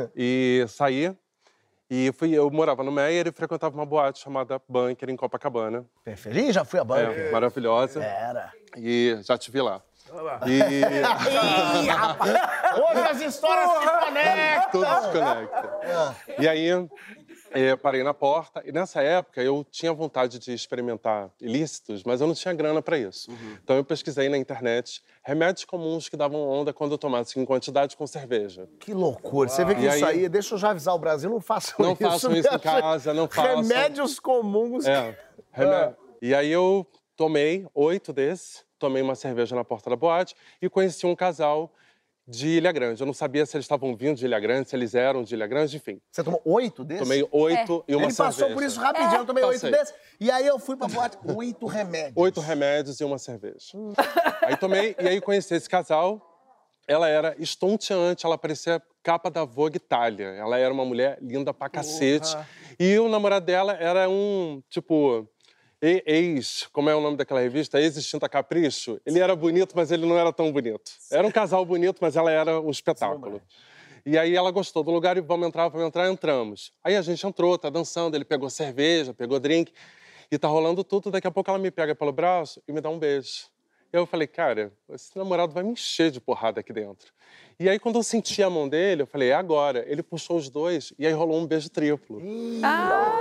Speaker 7: E saí, e fui, eu morava no Meyer e frequentava uma boate chamada Bunker, em Copacabana.
Speaker 5: Perfeito. Ih, já fui a banca.
Speaker 7: É, maravilhosa.
Speaker 5: Era.
Speaker 7: E já te vi lá. E
Speaker 5: Ih, rapaz! Hoje as histórias se conectam!
Speaker 7: tudo se conecta. E aí, eh, parei na porta. E nessa época, eu tinha vontade de experimentar ilícitos, mas eu não tinha grana para isso. Então, eu pesquisei na internet remédios comuns que davam onda quando eu tomasse em quantidade com cerveja.
Speaker 5: Que loucura. Você vê que
Speaker 7: E
Speaker 5: isso aí...
Speaker 7: aí-
Speaker 5: Deixa eu já avisar o Brasil, não façam
Speaker 7: Não
Speaker 5: isso.
Speaker 7: façam isso em
Speaker 5: né?
Speaker 7: casa, não façam.
Speaker 5: Remédios comuns.
Speaker 7: É, remédio. E aí eu tomei oito desses, tomei uma cerveja na porta da boate e conheci um casal de Ilha Grande. Eu não sabia se eles estavam vindo de Ilha Grande, se eles eram de Ilha Grande, enfim.
Speaker 5: Você tomou oito desses?
Speaker 7: Tomei oito e uma
Speaker 5: Ele passou
Speaker 7: cerveja.
Speaker 5: por isso rapidinho, eu tomei oito
Speaker 7: Passei.
Speaker 5: desses. E aí eu fui pra boate, oito remédios.
Speaker 7: Oito remédios e uma cerveja. Aí tomei, e aí conheci esse casal. Ela era estonteante, ela parecia capa da Vogue Itália. Ela era uma mulher linda pra cacete. E o namorado dela era um, tipo, e- ex... Como é o nome daquela revista? Ex-Extinta Capricho. Ele era bonito, mas ele não era tão bonito. Era um casal bonito, mas ela era um espetáculo. E aí ela gostou do lugar e vamos entrar, vamos entrar, entramos. Aí a gente entrou, tá dançando, ele pegou cerveja, pegou drink. E tá rolando tudo, daqui a pouco ela me pega pelo braço e me dá um beijo. Eu falei, cara, esse namorado vai me encher de porrada aqui dentro. E aí, quando eu senti a mão dele, eu falei, é agora. Ele puxou os dois e aí rolou um beijo triplo.
Speaker 2: Ah,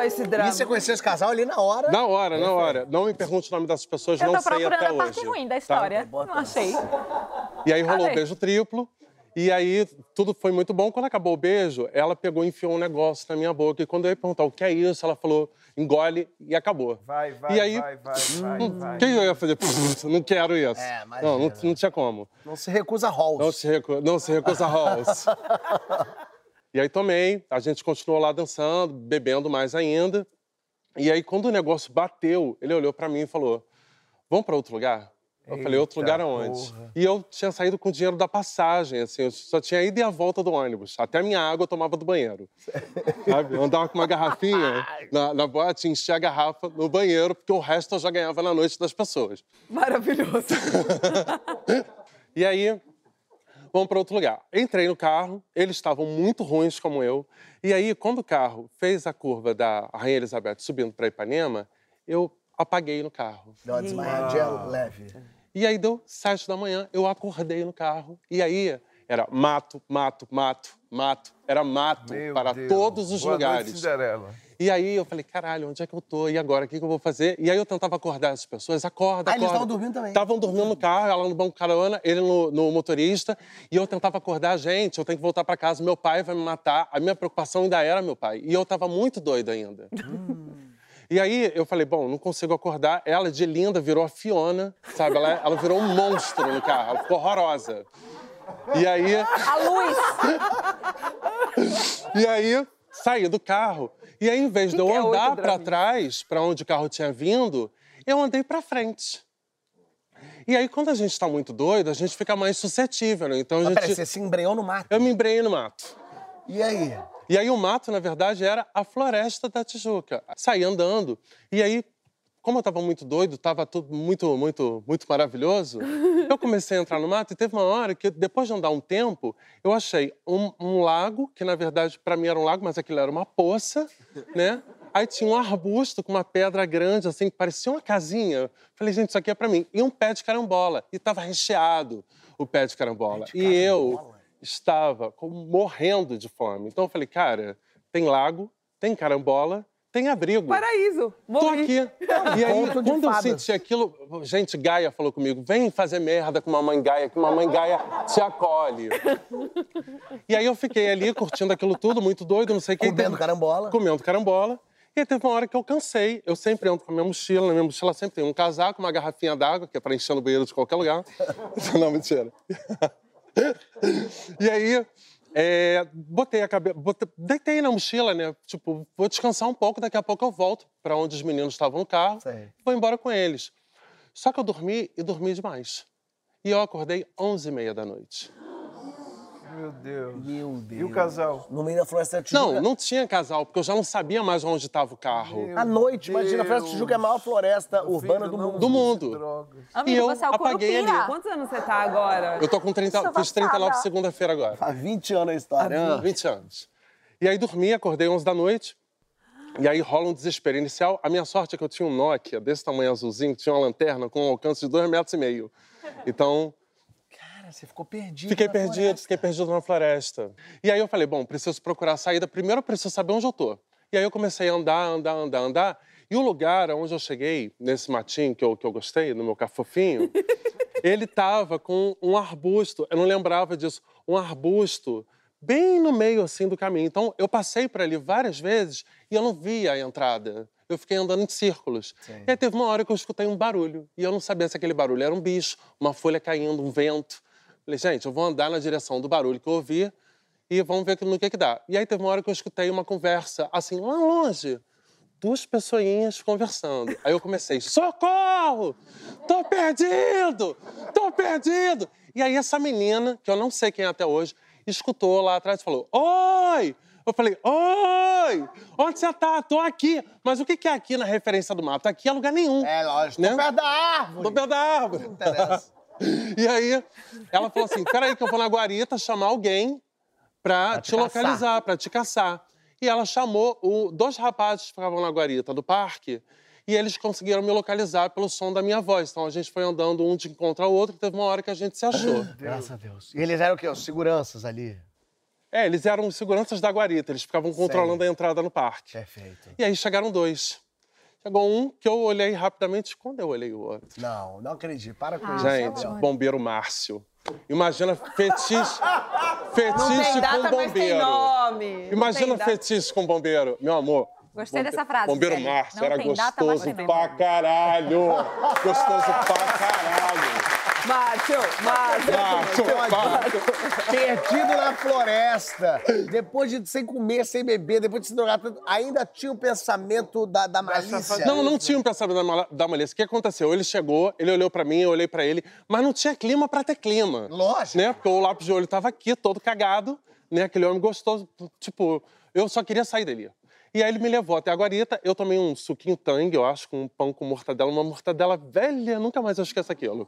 Speaker 2: Ó, esse drama.
Speaker 5: E você conheceu esse casal ali na hora?
Speaker 7: Na hora, na hora. Não me pergunte o nome dessas pessoas,
Speaker 3: Eu
Speaker 7: não
Speaker 3: tô
Speaker 7: sei
Speaker 3: procurando
Speaker 7: até
Speaker 3: a parte
Speaker 7: hoje.
Speaker 3: ruim da
Speaker 7: tá?
Speaker 3: história. Não achei.
Speaker 7: E aí rolou
Speaker 3: Cadê?
Speaker 7: o beijo triplo. E aí, tudo foi muito bom. Quando acabou o beijo, ela pegou e enfiou um negócio na minha boca. E quando eu ia perguntar o que é isso, ela falou, engole e acabou.
Speaker 4: Vai, vai,
Speaker 7: e aí,
Speaker 4: vai, vai, vai, vai.
Speaker 7: O que eu ia fazer? Não quero isso.
Speaker 5: É, imagina.
Speaker 7: não, não, não tinha como.
Speaker 5: Não se recusa Halls.
Speaker 7: Não se, recu... não se recusa Halls. E aí tomei, a gente continuou lá dançando, bebendo mais ainda. E aí, quando o negócio bateu, ele olhou pra mim e falou, vamos pra outro lugar? Eu
Speaker 4: Eita
Speaker 7: falei, outro lugar aonde?
Speaker 4: porra.
Speaker 7: E eu tinha saído com o dinheiro da passagem, assim, eu só tinha ido e a volta do ônibus. Até a minha água eu tomava do banheiro. Sabe? Eu andava com uma garrafinha na, na boate, enchia a garrafa no banheiro, porque o resto eu já ganhava na noite das pessoas.
Speaker 2: Maravilhoso.
Speaker 7: E aí, vamos para outro lugar. Entrei no carro, eles estavam muito ruins como eu. E aí, quando o carro fez a curva da Rainha Elizabeth subindo para Ipanema, eu apaguei no carro.
Speaker 5: Deu uma desmaiadinha leve.
Speaker 7: E aí deu sete da manhã, eu acordei no carro. E aí era mato, mato, mato, mato. Era mato
Speaker 4: Meu
Speaker 7: para
Speaker 4: Deus.
Speaker 7: todos os
Speaker 4: Boa
Speaker 7: lugares.
Speaker 4: Noite, Cinderela.
Speaker 7: E aí eu falei, caralho, onde é que eu tô? E agora, o que, que eu vou fazer? E aí eu tentava acordar as pessoas, acorda,
Speaker 5: Ah,
Speaker 7: acorda.
Speaker 5: eles estavam dormindo também.
Speaker 7: Estavam dormindo no carro, ela no banco carona, ele no, no motorista. E eu tentava acordar a gente, eu tenho que voltar para casa, meu pai vai me matar. A minha preocupação ainda era meu pai. E eu tava muito doido ainda. E aí eu falei, bom, não consigo acordar. Ela, de linda, virou a Fiona, sabe? Ela, ela virou um monstro no carro, ela ficou horrorosa. E aí...
Speaker 3: A luz.
Speaker 7: E aí, saí do carro. E aí, em vez de eu
Speaker 2: que é
Speaker 7: andar
Speaker 2: oito
Speaker 7: para
Speaker 2: draminhas?
Speaker 7: trás, para onde o carro tinha vindo, eu andei para frente. E aí, quando a gente está muito doido, a gente fica mais suscetível, né? Então, a
Speaker 5: Mas
Speaker 7: gente...
Speaker 5: peraí, você se embrenhou no mato.
Speaker 7: Eu me embrenhei no mato.
Speaker 5: E aí?
Speaker 7: E aí, o mato, na verdade, era a Floresta da Tijuca. Saí andando. E aí, como eu estava muito doido, estava tudo muito, muito, muito maravilhoso, eu comecei a entrar no mato e teve uma hora que, depois de andar um tempo, eu achei um, um lago, que na verdade para mim era um lago, mas aquilo era uma poça, né? Aí tinha um arbusto com uma pedra grande, assim, que parecia uma casinha. Falei, gente, isso aqui é para mim. E um pé de carambola. E estava recheado o pé de carambola.
Speaker 5: Pé de
Speaker 7: E eu
Speaker 5: carambola?
Speaker 7: estava como morrendo de fome. Então eu falei, cara, tem lago, tem carambola, tem abrigo.
Speaker 2: Paraíso.
Speaker 7: Tô
Speaker 2: Morri.
Speaker 7: aqui. E aí,
Speaker 5: Conto de
Speaker 7: quando eu
Speaker 5: fadas.
Speaker 7: senti aquilo, gente, Gaia falou comigo, vem fazer merda com uma mãe Gaia, que uma mãe Gaia te acolhe. E aí eu fiquei ali curtindo aquilo tudo, muito doido, não sei o que.
Speaker 5: Comendo carambola.
Speaker 7: Comendo carambola. E aí teve uma hora que eu cansei. Eu sempre ando com a minha mochila, na minha mochila sempre tem um casaco, uma garrafinha d'água, que é pra encher no banheiro de qualquer lugar. Não, mentira. E aí... É, botei a cabeça, botei, deitei na mochila, né? Tipo, vou descansar um pouco, daqui a pouco eu volto para onde os meninos estavam no carro
Speaker 5: Sei.
Speaker 7: e vou embora com eles. Só que eu dormi e dormi demais. E eu acordei onze e meia da noite.
Speaker 4: Meu Deus.
Speaker 5: Meu Deus.
Speaker 4: E o casal?
Speaker 5: No meio da Floresta da Tijuca.
Speaker 7: Não, não tinha casal, porque eu já não sabia mais onde estava o carro.
Speaker 5: À noite, imagina, a Floresta da Tijuca é a maior floresta urbana do mundo.
Speaker 7: Do mundo.
Speaker 4: Drogas.
Speaker 3: Amigo,
Speaker 7: E eu
Speaker 3: você é o
Speaker 7: apaguei
Speaker 3: Curupira.
Speaker 7: ali.
Speaker 2: Quantos anos você tá agora?
Speaker 7: Eu tô com trinta,
Speaker 3: Sou
Speaker 7: fiz trinta e nove
Speaker 3: passada.
Speaker 7: segunda-feira agora.
Speaker 5: Há vinte anos a história.
Speaker 7: vinte anos. E aí dormi, acordei onze da noite. E aí rola um desespero inicial. A minha sorte é que eu tinha um Nokia desse tamanho azulzinho, que tinha uma lanterna com um alcance de dois metros e meio. Então,
Speaker 5: Cara, você ficou perdido.
Speaker 7: fiquei
Speaker 5: na
Speaker 7: perdido,
Speaker 5: floresta.
Speaker 7: fiquei perdido na floresta. E aí eu falei, bom, preciso procurar a saída. Primeiro eu preciso saber onde eu tô. E aí eu comecei a andar, andar, andar, andar. E o lugar onde eu cheguei, nesse matinho que eu, que eu gostei, no meu carro fofinho, ele tava com um arbusto, eu não lembrava disso, um arbusto bem no meio, assim, do caminho. Então, eu passei por ali várias vezes e eu não via a entrada. Eu fiquei andando em círculos.
Speaker 5: Sim.
Speaker 7: E aí teve uma hora que eu escutei um barulho. E eu não sabia se aquele barulho era um bicho, uma folha caindo, um vento. Falei, gente, eu vou andar na direção do barulho que eu ouvi e vamos ver no que que dá. E aí teve uma hora que eu escutei uma conversa, assim, lá longe. Duas pessoinhas conversando. Aí eu comecei, socorro! Tô perdido! Tô perdido! E aí essa menina, que eu não sei quem é até hoje, escutou lá atrás e falou, oi! Eu falei, oi! Onde você tá? Tô aqui. Mas o que que é aqui na referência do mato? Aqui é lugar nenhum.
Speaker 5: É, lógico.
Speaker 7: Né?
Speaker 5: Tô perto da árvore.
Speaker 7: Tô perto da árvore.
Speaker 5: Não interessa.
Speaker 7: E aí, ela falou assim, peraí que eu vou na guarita chamar alguém pra,
Speaker 5: Pra
Speaker 7: te
Speaker 5: te
Speaker 7: localizar, pra te caçar. E ela chamou o, dois rapazes que ficavam na guarita do parque e eles conseguiram me localizar pelo som da minha voz. Então a gente foi andando um de encontro ao outro e teve uma hora que a gente se achou.
Speaker 5: Graças a Deus. E eles eram o quê? Os seguranças ali?
Speaker 7: É, eles eram os seguranças da guarita, eles ficavam controlando
Speaker 5: Sei.
Speaker 7: a entrada no parque.
Speaker 5: Perfeito.
Speaker 7: E aí chegaram dois. Chegou um que eu olhei rapidamente, quando eu olhei o outro.
Speaker 5: Não, não acredito. Para com
Speaker 3: Ah,
Speaker 5: isso.
Speaker 7: Gente,
Speaker 3: Gabriel.
Speaker 7: bombeiro Márcio. Imagina fetiche,
Speaker 2: Não
Speaker 7: fetiche
Speaker 2: tem data,
Speaker 7: com
Speaker 2: mas tem
Speaker 7: bombeiro.
Speaker 2: nome. Não
Speaker 7: Imagina
Speaker 2: tem data.
Speaker 7: fetiche com bombeiro. Meu amor.
Speaker 3: Gostei
Speaker 7: bombe-
Speaker 3: dessa frase,
Speaker 7: Bombeiro
Speaker 3: Gisele.
Speaker 7: Márcio
Speaker 3: Não
Speaker 7: era
Speaker 3: tem data, mas
Speaker 7: gostoso
Speaker 3: tem
Speaker 7: pra
Speaker 3: nome.
Speaker 7: caralho. Gostoso pra caralho.
Speaker 2: Márcio, Márcio.
Speaker 7: Márcio, Márcio.
Speaker 5: Perdido na floresta, depois de sem comer, sem beber, depois de se drogar, tanto, ainda tinha o pensamento da, da malícia.
Speaker 7: Não, não tinha um pensamento da, mala- da malícia. O que aconteceu? Ele chegou, ele olhou pra mim, eu olhei pra ele, mas não tinha clima pra ter clima.
Speaker 5: Lógico.
Speaker 7: Né? Porque o lápis de olho tava aqui, todo cagado, né? Aquele homem gostoso, tipo, eu só queria sair dali. E aí ele me levou até a guarita, eu tomei um suquinho tangue, eu acho, com um pão com mortadela, uma mortadela velha, nunca mais eu esqueço aquilo.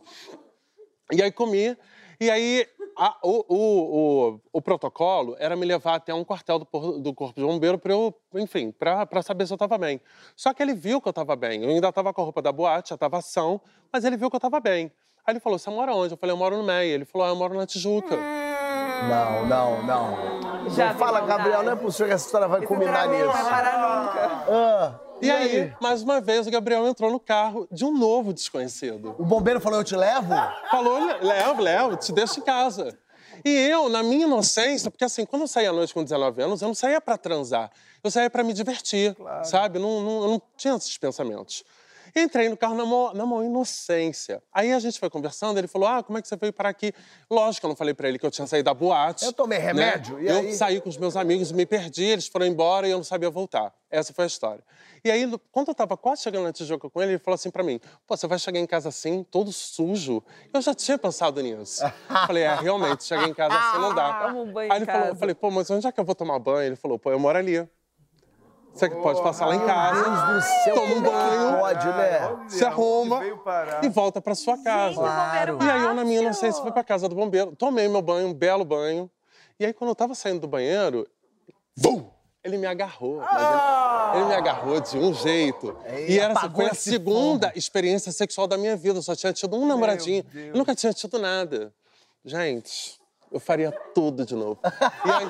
Speaker 7: E aí comi, e aí a- o, o, o, o protocolo era me levar até um quartel do, por- do Corpo de Bombeiro para eu, enfim, pra, pra saber se eu tava bem. Só que ele viu que eu tava bem, eu ainda tava com a roupa da boate, já tava ação, mas ele viu que eu tava bem. Aí ele falou, você mora onde? Eu falei, eu moro no Meia. Ele falou, ah, eu moro na Tijuca.
Speaker 5: Não, não, não.
Speaker 2: Já
Speaker 5: não
Speaker 2: vi
Speaker 5: fala,
Speaker 2: maldade.
Speaker 5: Gabriel, não é possível que essa história vai culminar
Speaker 2: Não
Speaker 5: nisso.
Speaker 2: vai parar nunca.
Speaker 5: Ah,
Speaker 7: E aí, mais uma vez, o Gabriel entrou no carro de um novo desconhecido.
Speaker 5: o bombeiro falou, eu te levo?
Speaker 7: Falou, levo, levo, te deixo em casa. E eu, na minha inocência, porque assim, quando eu saía à noite com dezenove anos, eu não saía pra transar. Eu saía pra me divertir, sabe? Não, não, eu não tinha esses pensamentos. Entrei no carro na maior, na maior inocência. Aí a gente foi conversando, ele falou, ah, como é que você veio parar aqui? Lógico que eu não falei pra ele que eu tinha saído da boate.
Speaker 5: Eu tomei remédio,
Speaker 7: né?
Speaker 5: e
Speaker 7: Eu
Speaker 5: aí?
Speaker 7: saí com os meus amigos, me perdi, eles foram embora e eu não sabia voltar. Essa foi a história. E aí, no- quando eu tava quase chegando na Tijuca com ele, ele falou assim pra mim, pô, você vai chegar em casa assim, todo sujo? Eu já tinha pensado nisso. Falei, é, realmente, cheguei em casa assim, não dá.
Speaker 2: Toma um banho
Speaker 7: Aí ele
Speaker 2: em
Speaker 7: falou, eu
Speaker 2: casa.
Speaker 7: falei, pô, mas onde é que eu vou tomar banho? Ele falou, pô, eu moro ali. Você pode passar lá em casa,
Speaker 5: Deus do céu,
Speaker 7: toma um
Speaker 5: como é que
Speaker 7: banho,
Speaker 5: pode, né?
Speaker 7: se arruma
Speaker 4: veio parar.
Speaker 7: e volta pra sua casa.
Speaker 3: Claro.
Speaker 7: E aí eu, na minha inocência, fui pra casa do bombeiro, tomei meu banho, um belo banho. E aí, quando eu tava saindo do banheiro, vum, ele me agarrou. Mas ele, ele me agarrou de um jeito.
Speaker 5: Ei,
Speaker 7: e era, assim,
Speaker 5: apagou
Speaker 7: foi a
Speaker 5: esse
Speaker 7: segunda
Speaker 5: fogo.
Speaker 7: experiência sexual da minha vida. Eu só tinha tido um namoradinho. Eu nunca tinha tido nada. Gente, eu faria tudo de novo. E aí...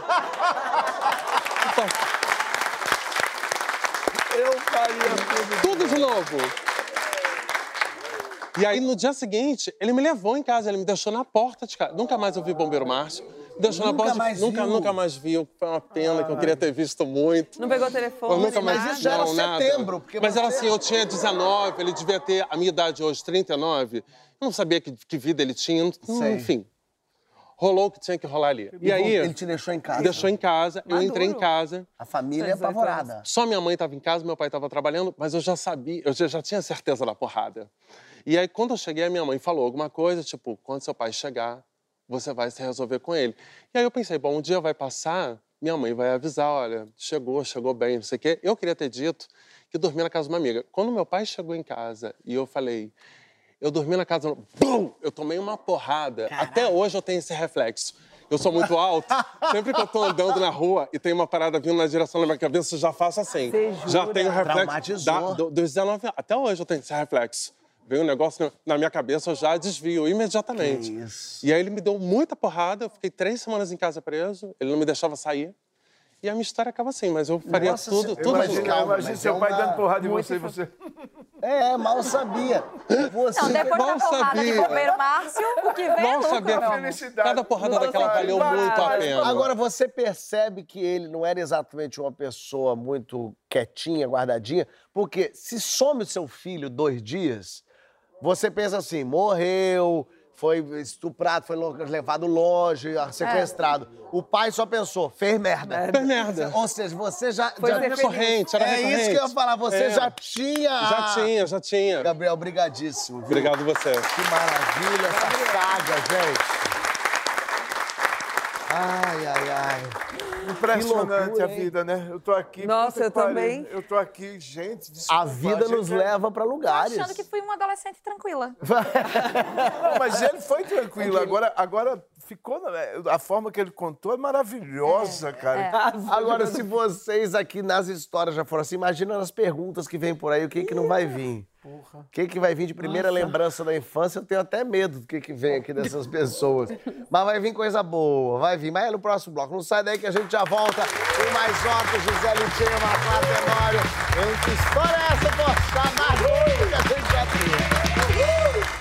Speaker 7: Então,
Speaker 4: Eu faria tudo.
Speaker 7: tudo de novo. E aí, no dia seguinte, ele me levou em casa, ele me deixou na porta de casa. Nunca mais eu vi Bombeiro Márcio. Me deixou na
Speaker 5: Nunca
Speaker 7: porta de...
Speaker 5: mais
Speaker 7: nunca,
Speaker 5: viu?
Speaker 7: nunca mais vi. Foi uma pena que eu queria ter visto muito.
Speaker 2: Não pegou o
Speaker 7: Eu
Speaker 2: telefone,
Speaker 7: nunca mais...
Speaker 5: mas isso já era
Speaker 7: não, nada.
Speaker 5: setembro, porque
Speaker 7: Mas era
Speaker 5: você-
Speaker 7: assim, eu tinha dezenove, ele devia ter a minha idade hoje, trinta e nove. Eu não sabia que, que vida ele tinha, não-
Speaker 5: Sei.
Speaker 7: enfim. Rolou o que tinha que rolar ali. E aí,
Speaker 5: Ele te deixou em casa.
Speaker 7: me deixou em casa, eu entrei em
Speaker 2: Maduro.
Speaker 7: casa.
Speaker 5: A família é
Speaker 2: dezoito
Speaker 5: apavorada.
Speaker 7: Só minha mãe estava em casa, meu pai estava trabalhando, mas eu já sabia, eu já, já tinha certeza da porrada. E aí, quando eu cheguei, a minha mãe falou alguma coisa, tipo, quando seu pai chegar, você vai se resolver com ele. E aí eu pensei, bom, um dia vai passar, minha mãe vai avisar, olha, chegou, chegou bem, não sei o quê. Eu queria ter dito que dormi na casa de uma amiga. Quando meu pai chegou em casa e eu falei, eu dormi na casa de uma... Bum! Eu tomei uma porrada. Até hoje eu tenho esse reflexo. Eu sou muito alto. Sempre que eu tô andando na rua e tem uma parada vindo na direção da minha cabeça, eu já faço assim.
Speaker 2: Você
Speaker 7: Já
Speaker 2: jura?
Speaker 7: tenho reflexo.
Speaker 5: Traumatizou.
Speaker 7: Da, do, dos dezenove anos. Até hoje eu tenho esse reflexo. Veio um negócio na minha cabeça, eu já desvio imediatamente.
Speaker 5: Que isso.
Speaker 7: E aí ele me deu muita porrada, eu fiquei três semanas em casa preso, ele não me deixava sair. E a minha história acaba assim, mas eu faria
Speaker 5: Nossa,
Speaker 7: tudo,
Speaker 5: eu
Speaker 7: tudo
Speaker 5: imagino-
Speaker 7: junto.
Speaker 5: Calma,
Speaker 4: Imagina
Speaker 5: mas
Speaker 4: seu
Speaker 5: é
Speaker 4: pai
Speaker 5: uma-
Speaker 4: dando porrada em
Speaker 2: Muito
Speaker 4: você e você...
Speaker 5: É, mal sabia. Você...
Speaker 3: Não, depois da
Speaker 7: Mal
Speaker 3: porrada de
Speaker 7: sabia.
Speaker 3: Bombeiro Márcio, o que vem é
Speaker 7: Mal
Speaker 3: lucro,
Speaker 7: sabia
Speaker 3: meu
Speaker 7: que
Speaker 3: amor.
Speaker 7: cada porrada
Speaker 4: Não
Speaker 7: daquela
Speaker 4: vai,
Speaker 7: valeu
Speaker 4: vai.
Speaker 7: muito a pena.
Speaker 5: Agora, você percebe que ele não era exatamente uma pessoa muito quietinha, guardadinha, porque se some o seu filho dois dias, você pensa assim, morreu, foi estuprado, foi lo- levado longe, sequestrado. O pai só pensou, fez merda.
Speaker 7: Fez merda.
Speaker 5: Ou seja, você já...
Speaker 2: Foi
Speaker 5: já
Speaker 2: referência.
Speaker 7: Recorrente, era
Speaker 5: é
Speaker 7: recorrente.
Speaker 5: isso que eu ia falar, você
Speaker 7: É.
Speaker 5: já tinha...
Speaker 7: Já tinha, já tinha.
Speaker 5: Gabriel, brigadíssimo. viu?
Speaker 7: Obrigado você.
Speaker 5: Que maravilha essa saga, gente. Ai, ai, ai.
Speaker 4: Impressionante
Speaker 5: loucura,
Speaker 4: a
Speaker 5: hein?
Speaker 4: vida, né? Eu tô aqui...
Speaker 2: Nossa,
Speaker 4: puta que
Speaker 2: eu
Speaker 4: pariu.
Speaker 2: também.
Speaker 4: Eu tô aqui, gente, desculpa.
Speaker 5: A vida nos
Speaker 4: gente, é-
Speaker 5: leva pra
Speaker 3: Tô
Speaker 5: lugares.
Speaker 3: achando que fui uma adolescente tranquila.
Speaker 4: Não, mas ele foi tranquilo. Agora, agora ficou... A forma que ele contou é maravilhosa,
Speaker 3: É,
Speaker 4: cara.
Speaker 3: é.
Speaker 5: Agora, se vocês aqui nas histórias já foram assim, imagina nas perguntas que vem por aí, o que que não vai vir.
Speaker 4: Porra.
Speaker 5: O que que vai vir de primeira lembrança da infância, eu tenho até medo do que que vem aqui dessas pessoas. Mas vai vir coisa boa, vai vir. Mas é no próximo bloco. Não sai daí que a gente já volta com mais Otto, Gisele Bündchen, Maclá Tenório. Hein, que história é essa, poxa? Mais doido que a gente já tem.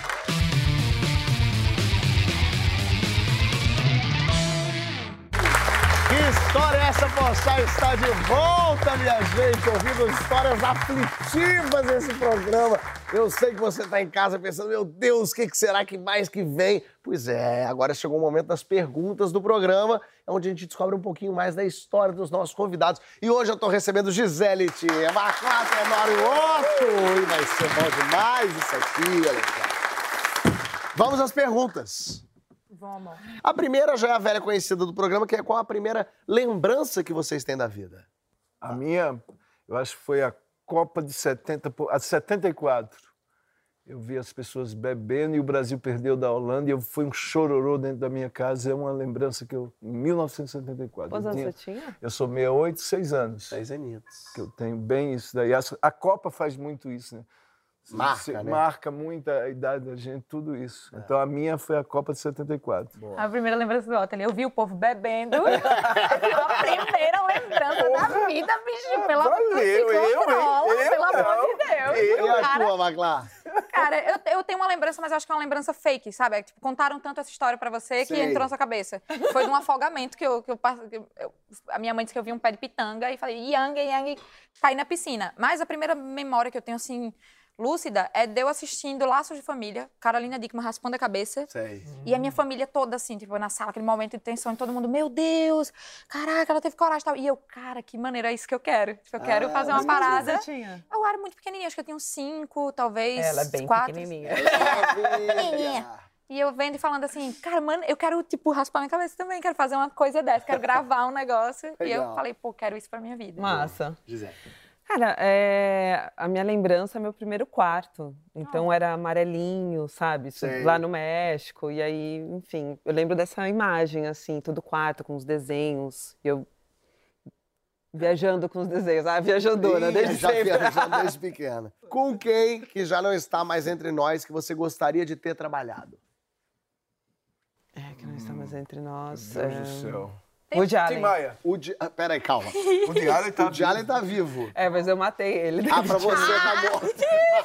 Speaker 5: Que história é essa, Pochá? Está de volta, minha gente, ouvindo histórias aflitivas nesse programa. Eu sei que você está em casa pensando, meu Deus, o que que será que mais que vem? Pois é, agora chegou o momento das perguntas do programa, onde a gente descobre um pouquinho mais da história dos nossos convidados. E hoje eu estou recebendo Gisele Bündchen, Maclá Tenório Otto. E vai ser bom demais isso aqui, olha só. Vamos às perguntas.
Speaker 3: Vamos.
Speaker 5: A primeira já é a velha conhecida do programa, que é qual a primeira lembrança que vocês têm da vida?
Speaker 4: A minha, eu acho que foi a Copa de setenta, po- a setenta e quatro. Eu vi as pessoas bebendo e o Brasil perdeu da Holanda e eu fui um chororô dentro da minha casa. É uma lembrança que eu... Em mil novecentos e setenta e quatro.
Speaker 2: Quantos
Speaker 4: eu
Speaker 2: anos
Speaker 4: tinha-
Speaker 2: você tinha?
Speaker 4: Eu sou sessenta e oito, seis anos.
Speaker 5: Seis aninhos.
Speaker 4: Que eu tenho bem isso daí. A, a Copa faz muito isso, né?
Speaker 5: Marca,
Speaker 4: Você
Speaker 5: né?
Speaker 4: marca muito a idade da gente, tudo isso. Então a minha foi a Copa de setenta e quatro.
Speaker 3: A primeira lembrança do Otto, eu vi o povo bebendo. A primeira lembrança da vida, bicho. Pelo amor de Deus,
Speaker 4: Valeu,
Speaker 3: se
Speaker 4: eu,
Speaker 3: controla,
Speaker 4: hein?
Speaker 3: pelo
Speaker 4: Eu
Speaker 3: amor
Speaker 4: não.
Speaker 3: de Deus.
Speaker 5: E a
Speaker 3: Cara,
Speaker 5: tua, Maclá?
Speaker 3: Cara, eu, eu tenho uma lembrança, mas eu acho que é uma lembrança fake, sabe? É, tipo, contaram tanto essa história pra você que
Speaker 5: Sei.
Speaker 3: entrou na sua cabeça. Foi de um afogamento que eu... Que eu, passo- que eu- eu- a minha mãe disse que eu vi um pé de pitanga e falei, yang, yang, caí na piscina. Mas a primeira memória que eu tenho, assim, lúcida, é de eu assistindo Laços de Família, Carolina Dickman raspando a cabeça.
Speaker 5: Sei.
Speaker 3: E a minha família toda, assim, tipo, na sala, aquele momento de tensão, e todo mundo, meu Deus, caraca, ela teve coragem e tal. E eu, cara, que maneira, é isso que eu quero. Tipo, eu quero
Speaker 5: Ah,
Speaker 3: fazer uma
Speaker 5: mas
Speaker 3: parada.
Speaker 2: Você tinha?
Speaker 3: Eu era muito pequenininha, acho que eu tinha uns cinco, talvez
Speaker 2: Ela é bem
Speaker 3: quatro.
Speaker 2: pequenininha.
Speaker 3: Pequenininha. E eu vendo e falando assim, cara, mano, eu quero, tipo, raspar minha cabeça também, quero fazer uma coisa dessa, quero gravar um negócio. E
Speaker 5: Legal.
Speaker 3: eu falei, pô, quero isso pra minha vida.
Speaker 2: Massa.
Speaker 5: Gisele.
Speaker 2: Cara, é, a minha lembrança é meu primeiro quarto. Então era amarelinho, sabe? Isso
Speaker 5: Sei.
Speaker 2: lá no México. E aí, enfim, eu lembro dessa imagem, assim, todo quarto com os desenhos. E eu viajando com os desenhos. Ah, viajandona,
Speaker 5: Ih,
Speaker 2: desde
Speaker 5: já
Speaker 2: sempre.
Speaker 5: viajando desde pequena. Com quem, que já não está mais entre nós, que você gostaria de ter trabalhado?
Speaker 2: É, que não está mais entre nós.
Speaker 4: Deus
Speaker 2: é...
Speaker 4: do céu.
Speaker 2: Woody
Speaker 4: Tim
Speaker 2: Allen.
Speaker 4: Maia.
Speaker 5: O Di... ah, peraí, calma.
Speaker 4: O Woody Allen tá
Speaker 5: O Di Allen tá vivo.
Speaker 2: É, mas eu matei ele.
Speaker 5: Ah, pra você tá morto.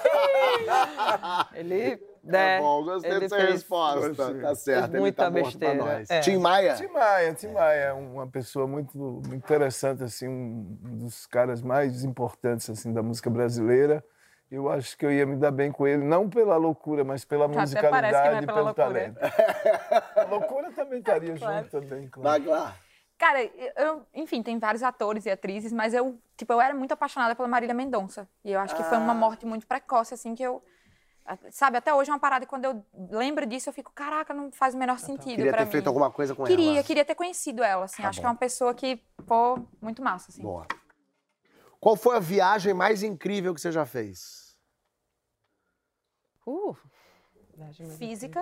Speaker 2: Ele...
Speaker 5: É
Speaker 2: né,
Speaker 5: bom, gostei
Speaker 2: ele
Speaker 5: dessa
Speaker 2: fez-
Speaker 5: resposta.
Speaker 4: Gostei.
Speaker 5: Tá certo, ele
Speaker 2: muita
Speaker 5: tá morto pra
Speaker 2: besteira,
Speaker 5: nós.
Speaker 2: é.
Speaker 5: Tim Maia?
Speaker 4: Tim Maia, Tim Maia é uma pessoa muito, muito interessante, assim, um dos caras mais importantes assim, da música brasileira. Eu acho que eu ia me dar bem com ele, não pela loucura, mas pela
Speaker 3: Até
Speaker 4: musicalidade
Speaker 3: parece que não é
Speaker 4: e
Speaker 3: pela
Speaker 4: pelo
Speaker 3: loucura.
Speaker 4: talento. A loucura também estaria
Speaker 3: Claro.
Speaker 4: junto também, claro.
Speaker 5: Maclá.
Speaker 3: Cara, eu, enfim, tem vários atores e atrizes, mas eu, tipo, eu era muito apaixonada pela Marília Mendonça. E eu acho que foi uma morte muito precoce, assim, que eu... Sabe, até hoje é uma parada que quando eu lembro disso, eu fico, caraca, não faz o menor sentido
Speaker 5: Queria
Speaker 3: pra
Speaker 5: ter
Speaker 3: mim.
Speaker 5: feito alguma coisa com
Speaker 3: Queria,
Speaker 5: ela.
Speaker 3: queria ter conhecido ela, assim.
Speaker 5: Tá
Speaker 3: acho
Speaker 5: bom.
Speaker 3: que é uma pessoa que, pô, muito massa, assim.
Speaker 5: Boa. Qual foi a viagem mais incrível que você já fez?
Speaker 2: Uh, viagem mais
Speaker 3: Física,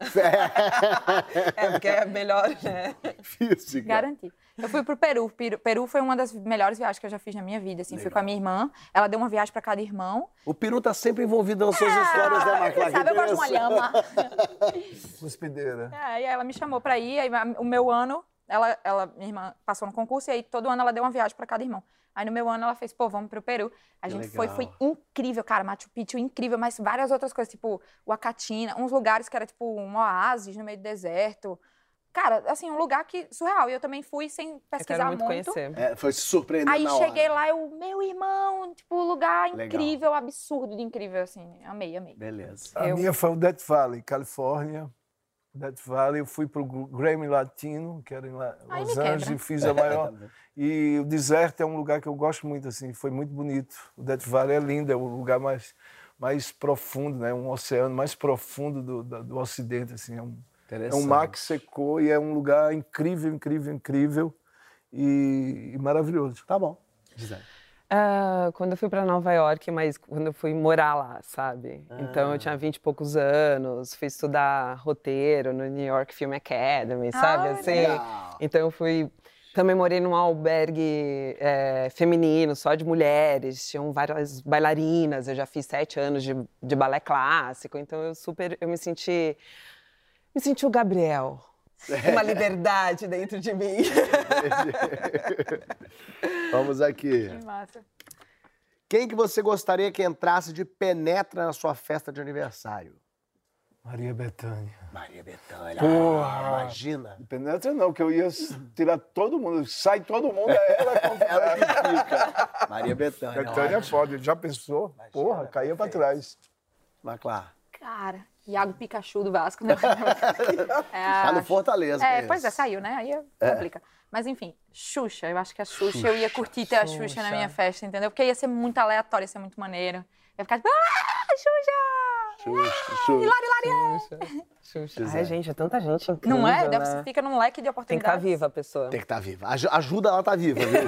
Speaker 2: É, porque é melhor, né?
Speaker 5: Física.
Speaker 3: garanti. Eu fui pro Peru. Peru. Peru foi uma das melhores viagens que eu já fiz na minha vida, assim. Fui com a minha irmã. Ela deu uma viagem pra cada irmão.
Speaker 5: O Peru tá sempre envolvido nas suas histórias, né, Maclá?
Speaker 3: Você sabe, eu gosto de uma lhama.
Speaker 4: Cuspideira.
Speaker 3: É, e aí ela me chamou pra ir, aí o meu ano, ela, ela, minha irmã passou no concurso, e aí todo ano ela deu uma viagem pra cada irmão. Aí no meu ano ela fez, pô, vamos pro Peru. A
Speaker 5: Que
Speaker 3: gente
Speaker 5: legal.
Speaker 3: foi, foi incrível, cara, Machu Picchu incrível, mas várias outras coisas, tipo Huacatina, uns lugares que era tipo um oásis no meio do deserto. Cara, assim, um lugar que surreal. E eu também fui sem
Speaker 2: Eu
Speaker 3: pesquisar
Speaker 2: quero muito, conhecer.
Speaker 5: É, foi se surpreender
Speaker 3: Aí
Speaker 5: na hora.
Speaker 3: cheguei lá, eu, meu irmão, tipo, lugar
Speaker 5: Legal.
Speaker 3: incrível, absurdo de incrível, assim. Amei, amei.
Speaker 5: Beleza.
Speaker 4: A
Speaker 3: Eu-
Speaker 4: minha foi o Death Valley, Califórnia. Death Valley, eu fui pro Grammy Latino, que era em La-
Speaker 3: Ai, me
Speaker 4: Los
Speaker 3: quebra.
Speaker 4: Angeles, fiz a maior. E o deserto é um lugar que eu gosto muito, assim, foi muito bonito. O Death Valley é lindo, é o lugar mais, mais profundo, né? Um oceano mais profundo do, do, do Ocidente, assim. É um, é um mar que secou e é um lugar incrível, incrível, incrível e, e maravilhoso.
Speaker 5: Tá bom. Gisele.
Speaker 2: Ah, quando eu fui pra Nova York, mas quando eu fui morar lá, sabe? Ah. Então eu tinha vinte e poucos anos, fui estudar roteiro no New York Film Academy, sabe?
Speaker 3: Ah,
Speaker 2: assim.
Speaker 1: legal.
Speaker 2: Então eu fui. Também morei num albergue é, feminino, só de mulheres, tinham várias bailarinas, eu já fiz sete anos de, de balé clássico, então eu super, eu me senti, me senti o Gabriel, uma liberdade dentro de mim.
Speaker 5: Vamos aqui.
Speaker 3: Que massa.
Speaker 5: Quem que você gostaria que entrasse de penetra na sua festa de aniversário?
Speaker 4: Maria Bethânia.
Speaker 5: Maria Bethânia.
Speaker 4: Porra.
Speaker 5: Ah, imagina.
Speaker 4: Penetra não, que eu ia tirar todo mundo. Sai todo mundo, ela
Speaker 5: Ela que fica. Maria Bethânia.
Speaker 4: Bethânia é foda. Já pensou?
Speaker 5: Imagina,
Speaker 4: Porra, caía pra trás.
Speaker 5: Maclar.
Speaker 3: Cara, Iago Pikachu do Vasco, né? É,
Speaker 5: Tá no Fortaleza.
Speaker 3: É,
Speaker 5: que
Speaker 3: pois é,
Speaker 5: esse.
Speaker 3: saiu, né? Aí complica. Mas enfim, Xuxa, eu acho que a Xuxa, eu ia curtir ter a Xuxa na minha festa, entendeu? Porque ia ser muito aleatório, ia ser muito maneiro. Ia ficar tipo, ah, Xuxa!
Speaker 5: Xuxa, Xuxa.
Speaker 3: Hilari, hilari!
Speaker 2: Xuxa, Xuxa. Ai, gente, é tanta gente incrível,
Speaker 3: Não é?
Speaker 2: né?
Speaker 3: Deve- Você fica num leque de
Speaker 2: Tem que
Speaker 3: oportunidades.
Speaker 2: estar viva a pessoa.
Speaker 5: Tem que estar viva. Aju- Ajuda ela a estar viva, viu?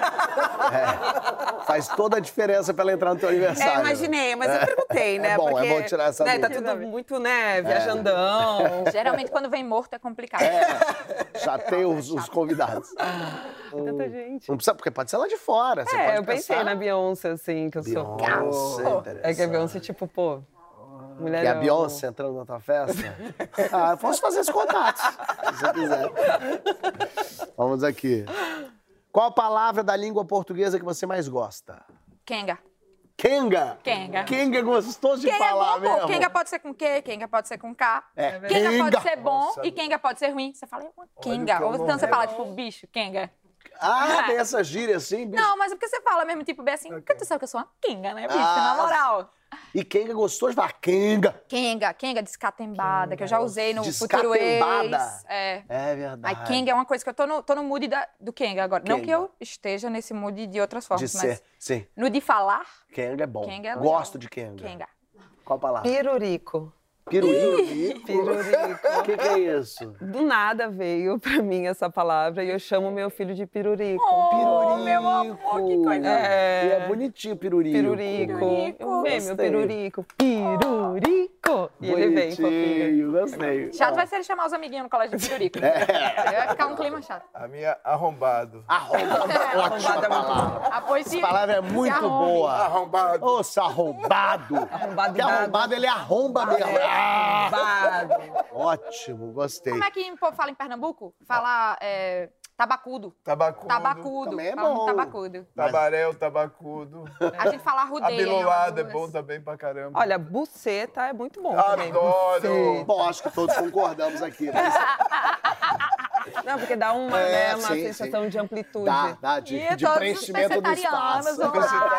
Speaker 5: É. Faz toda a diferença pra ela entrar no teu aniversário.
Speaker 2: É, imaginei, mas eu perguntei, né?
Speaker 5: É bom, é
Speaker 2: porque,
Speaker 5: bom tirar essa
Speaker 2: né, tá
Speaker 5: dúvida.
Speaker 2: tudo muito, né, viajandão.
Speaker 3: Geralmente, quando vem morto, é complicado.
Speaker 5: Chateia os, os convidados.
Speaker 2: Tanta gente.
Speaker 5: Não precisa, porque pode ser lá de fora. Você
Speaker 2: É,
Speaker 5: pode
Speaker 2: eu pensei
Speaker 5: pensar.
Speaker 2: na Beyoncé, assim, que eu sou...
Speaker 5: Beyoncé,
Speaker 2: É que a Beyoncé, tipo, pô... Mulher
Speaker 5: E a Beyoncé entrando na tua festa? Ah, eu posso fazer esse contato, se você quiser. Vamos aqui. Qual a palavra da língua portuguesa que você mais gosta?
Speaker 3: Kenga.
Speaker 5: Kenga.
Speaker 3: Kenga.
Speaker 5: Kenga é gostoso de
Speaker 3: Kenga é
Speaker 5: falar
Speaker 3: bom, pô.
Speaker 5: mesmo.
Speaker 3: Kenga pode ser com Q, Kenga pode ser com K.
Speaker 5: É,
Speaker 3: Kenga
Speaker 5: Kenga.
Speaker 3: pode ser bom e Kenga pode ser ruim. Você fala, é uma Kenga.
Speaker 4: que eu
Speaker 3: Ou
Speaker 4: não
Speaker 3: então você
Speaker 4: lembro.
Speaker 3: fala, tipo, bicho, Kenga.
Speaker 5: Ah, tem essa gíria assim, bicho.
Speaker 3: Não, mas é porque você fala mesmo, tipo, bem assim, porque tu sabe que eu sou uma Kenga, né, bicho?
Speaker 5: Ah,
Speaker 3: Na moral.
Speaker 5: E Kenga é gostoso de falar Kenga.
Speaker 3: Kenga, Kenga descatembada, que eu já usei no Futuro
Speaker 5: Descatembada?
Speaker 3: Ex. É.
Speaker 5: É verdade.
Speaker 3: Aí Kenga é uma coisa que eu tô no, tô no mood da- do Kenga agora. Não
Speaker 5: Kenga.
Speaker 3: que eu esteja nesse mood de outras formas,
Speaker 5: De
Speaker 3: mas
Speaker 5: ser, sim.
Speaker 3: no de falar,
Speaker 5: Kenga é bom.
Speaker 3: Kenga é legal.
Speaker 5: Gosto de Kenga.
Speaker 3: Kenga.
Speaker 5: Qual a palavra?
Speaker 2: Pirurico.
Speaker 5: Pirulito.
Speaker 2: Pirurico.
Speaker 5: O que, que é isso?
Speaker 2: Do nada veio pra mim essa palavra e eu chamo meu filho de Pirurico.
Speaker 3: Oh, meu amor, que coisa.
Speaker 2: É.
Speaker 5: E é bonitinho, pirurico.
Speaker 2: Pirurico.
Speaker 3: Pirurico.
Speaker 2: Vem, meu
Speaker 5: Gostei.
Speaker 2: pirurico. Pirurico. E ele vem, fofinho.
Speaker 5: Bonitinho, gostei.
Speaker 3: Chato vai ser ele chamar os amiguinhos no colégio de pirurico. Né? Aí vai ficar um clima chato.
Speaker 4: A minha arrombado.
Speaker 5: Arrombado. Ótima palavra.
Speaker 3: Ah, pois se-
Speaker 5: Essa palavra é
Speaker 3: se
Speaker 5: muito
Speaker 3: arrombe.
Speaker 5: boa.
Speaker 4: Arrombado.
Speaker 5: Ô, seu arrombado.
Speaker 2: Arrombado
Speaker 5: Que arrombado, ele arromba mesmo. Ah,
Speaker 2: Arrombado.
Speaker 5: ótimo, gostei.
Speaker 3: Como é que o povo fala em Pernambuco? Fala é, tabacudo.
Speaker 4: Tabacudo.
Speaker 3: Tabacudo.
Speaker 5: Também é
Speaker 3: Fala
Speaker 5: bom.
Speaker 3: Tabacudo.
Speaker 4: Tabaréu, tabacudo.
Speaker 3: A gente fala arrudeia. em
Speaker 4: Abilolado é
Speaker 3: algumas.
Speaker 4: bom também pra caramba.
Speaker 2: Olha, buceta é muito bom também.
Speaker 4: Adoro.
Speaker 5: Bom, acho que todos concordamos aqui. Né?
Speaker 2: Não, porque dá uma,
Speaker 5: É,
Speaker 2: né, uma
Speaker 5: sim,
Speaker 2: sensação
Speaker 5: sim.
Speaker 2: de amplitude.
Speaker 5: Dá, dá, de,
Speaker 3: E
Speaker 5: de
Speaker 3: todos os
Speaker 5: preenchimento do
Speaker 3: vegetarianos
Speaker 5: espaço.
Speaker 3: vão lá.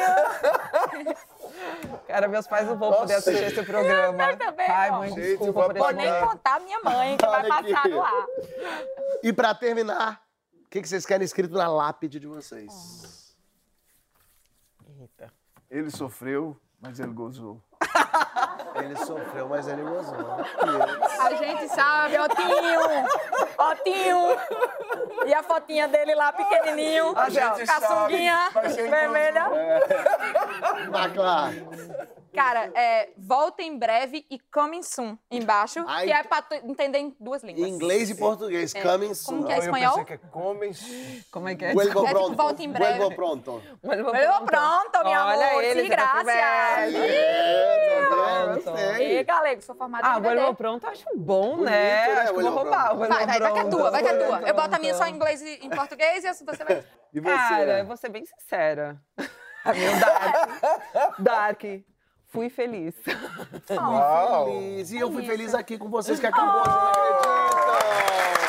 Speaker 2: Cara, meus pais não vão poder assistir esse programa.
Speaker 3: Eu também
Speaker 2: Ai,
Speaker 3: não.
Speaker 2: mãe,
Speaker 4: Gente,
Speaker 2: desculpa
Speaker 4: vou
Speaker 2: por
Speaker 3: Vou
Speaker 2: esse
Speaker 3: nem
Speaker 2: momento.
Speaker 3: contar a minha mãe, que vai
Speaker 5: Olha aqui.
Speaker 3: passar no ar.
Speaker 5: E pra terminar, o que, que vocês querem escrito na lápide de vocês?
Speaker 2: Eita.
Speaker 4: Ele sofreu, mas ele gozou.
Speaker 5: Ele sofreu, mas ele gozou.
Speaker 3: A gente sabe, Otinho! Otinho! E a fotinha dele lá, pequenininho.
Speaker 4: A gente
Speaker 3: caçunguinha,
Speaker 4: sabe, mas ele
Speaker 3: vermelha.
Speaker 5: Maclar.
Speaker 3: Cara, é, volta em breve e coming soon embaixo,
Speaker 5: Ai,
Speaker 3: que é pra tu entender em duas línguas.
Speaker 5: Inglês e português, coming soon.
Speaker 3: Como que é
Speaker 4: Eu
Speaker 3: espanhol?
Speaker 4: pensei que é comem.
Speaker 2: Como é que é?
Speaker 5: Vuelvo
Speaker 3: É tipo,
Speaker 5: pronto.
Speaker 3: volta em breve.
Speaker 5: Vuelvo pronto.
Speaker 2: Vuelvo
Speaker 3: Eu pronto, minha
Speaker 2: Olha
Speaker 3: amor,
Speaker 2: ele,
Speaker 3: sim,
Speaker 2: já tá
Speaker 3: graças.
Speaker 2: conversa.
Speaker 5: É,
Speaker 2: Pronto.
Speaker 5: gostei.
Speaker 3: E, galego, sou formada
Speaker 2: Ah,
Speaker 3: em
Speaker 2: o
Speaker 3: B D.
Speaker 2: Vuelvo pronto eu acho bom,
Speaker 5: Bonito,
Speaker 2: né?
Speaker 5: né,
Speaker 2: Acho que eu vou
Speaker 5: Vuelvo
Speaker 2: roubar
Speaker 5: pronto.
Speaker 2: o Vuelvo
Speaker 3: Vai, vai, vai que é
Speaker 2: pronto.
Speaker 3: tua, vai que é tua. Eu boto a
Speaker 2: Pronto.
Speaker 3: minha só em inglês e em português e assim você vai...
Speaker 5: E você?
Speaker 2: Cara, eu vou ser bem sincera. Meu Dark. Dark. Fui feliz.
Speaker 4: Uau.
Speaker 5: Feliz. E eu fui feliz aqui com vocês que acabou, vocês não acreditam?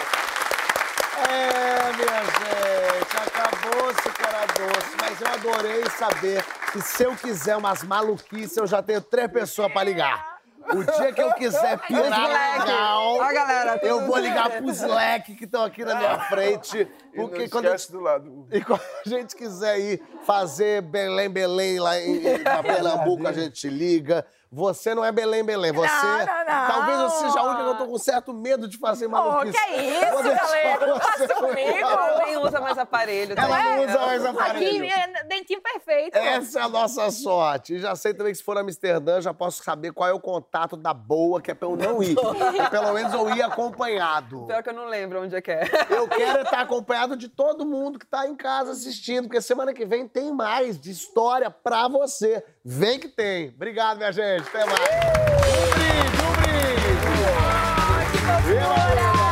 Speaker 5: É, minha gente, acabou esse cara doce, mas eu adorei saber que se eu quiser umas maluquices, eu já tenho três pessoas pra ligar. O dia que eu quiser pirar
Speaker 2: Slack.
Speaker 5: legal,
Speaker 2: Ó, galera, tudo
Speaker 5: eu vou ligar
Speaker 2: certo.
Speaker 5: pro Slack que estão aqui na minha frente.
Speaker 4: E não
Speaker 5: Porque quando, eu-
Speaker 4: esquece do lado.
Speaker 5: e quando a gente quiser ir fazer Belém, Belém lá em, em pra Pernambuco, a gente liga. você não é Belém, Belém. Você,
Speaker 3: Não, não, não.
Speaker 5: talvez eu seja a única que eu tô com certo medo de fazer
Speaker 3: Oh,
Speaker 5: maluquice.
Speaker 3: que é
Speaker 5: Vou
Speaker 3: isso,
Speaker 5: deixar
Speaker 3: galera? Não
Speaker 5: você
Speaker 3: faça comigo.
Speaker 2: Ela nem usa mais aparelho.
Speaker 5: Ela
Speaker 2: tá?
Speaker 5: não usa mais aparelho.
Speaker 3: Aqui, é dentinho perfeito.
Speaker 5: Essa é a nossa sorte. E já sei também que se for a Amsterdã, já posso saber qual é o contato da boa, que é pra eu não ir. E pelo menos eu ir acompanhado.
Speaker 2: Pior que eu não lembro onde é que é.
Speaker 5: Eu quero estar acompanhado de todo mundo que tá em casa assistindo, porque semana que vem tem mais de história pra você. Vem que tem. Obrigado, minha gente. Até mais. Um brinde, um brinde.
Speaker 3: Que fofura!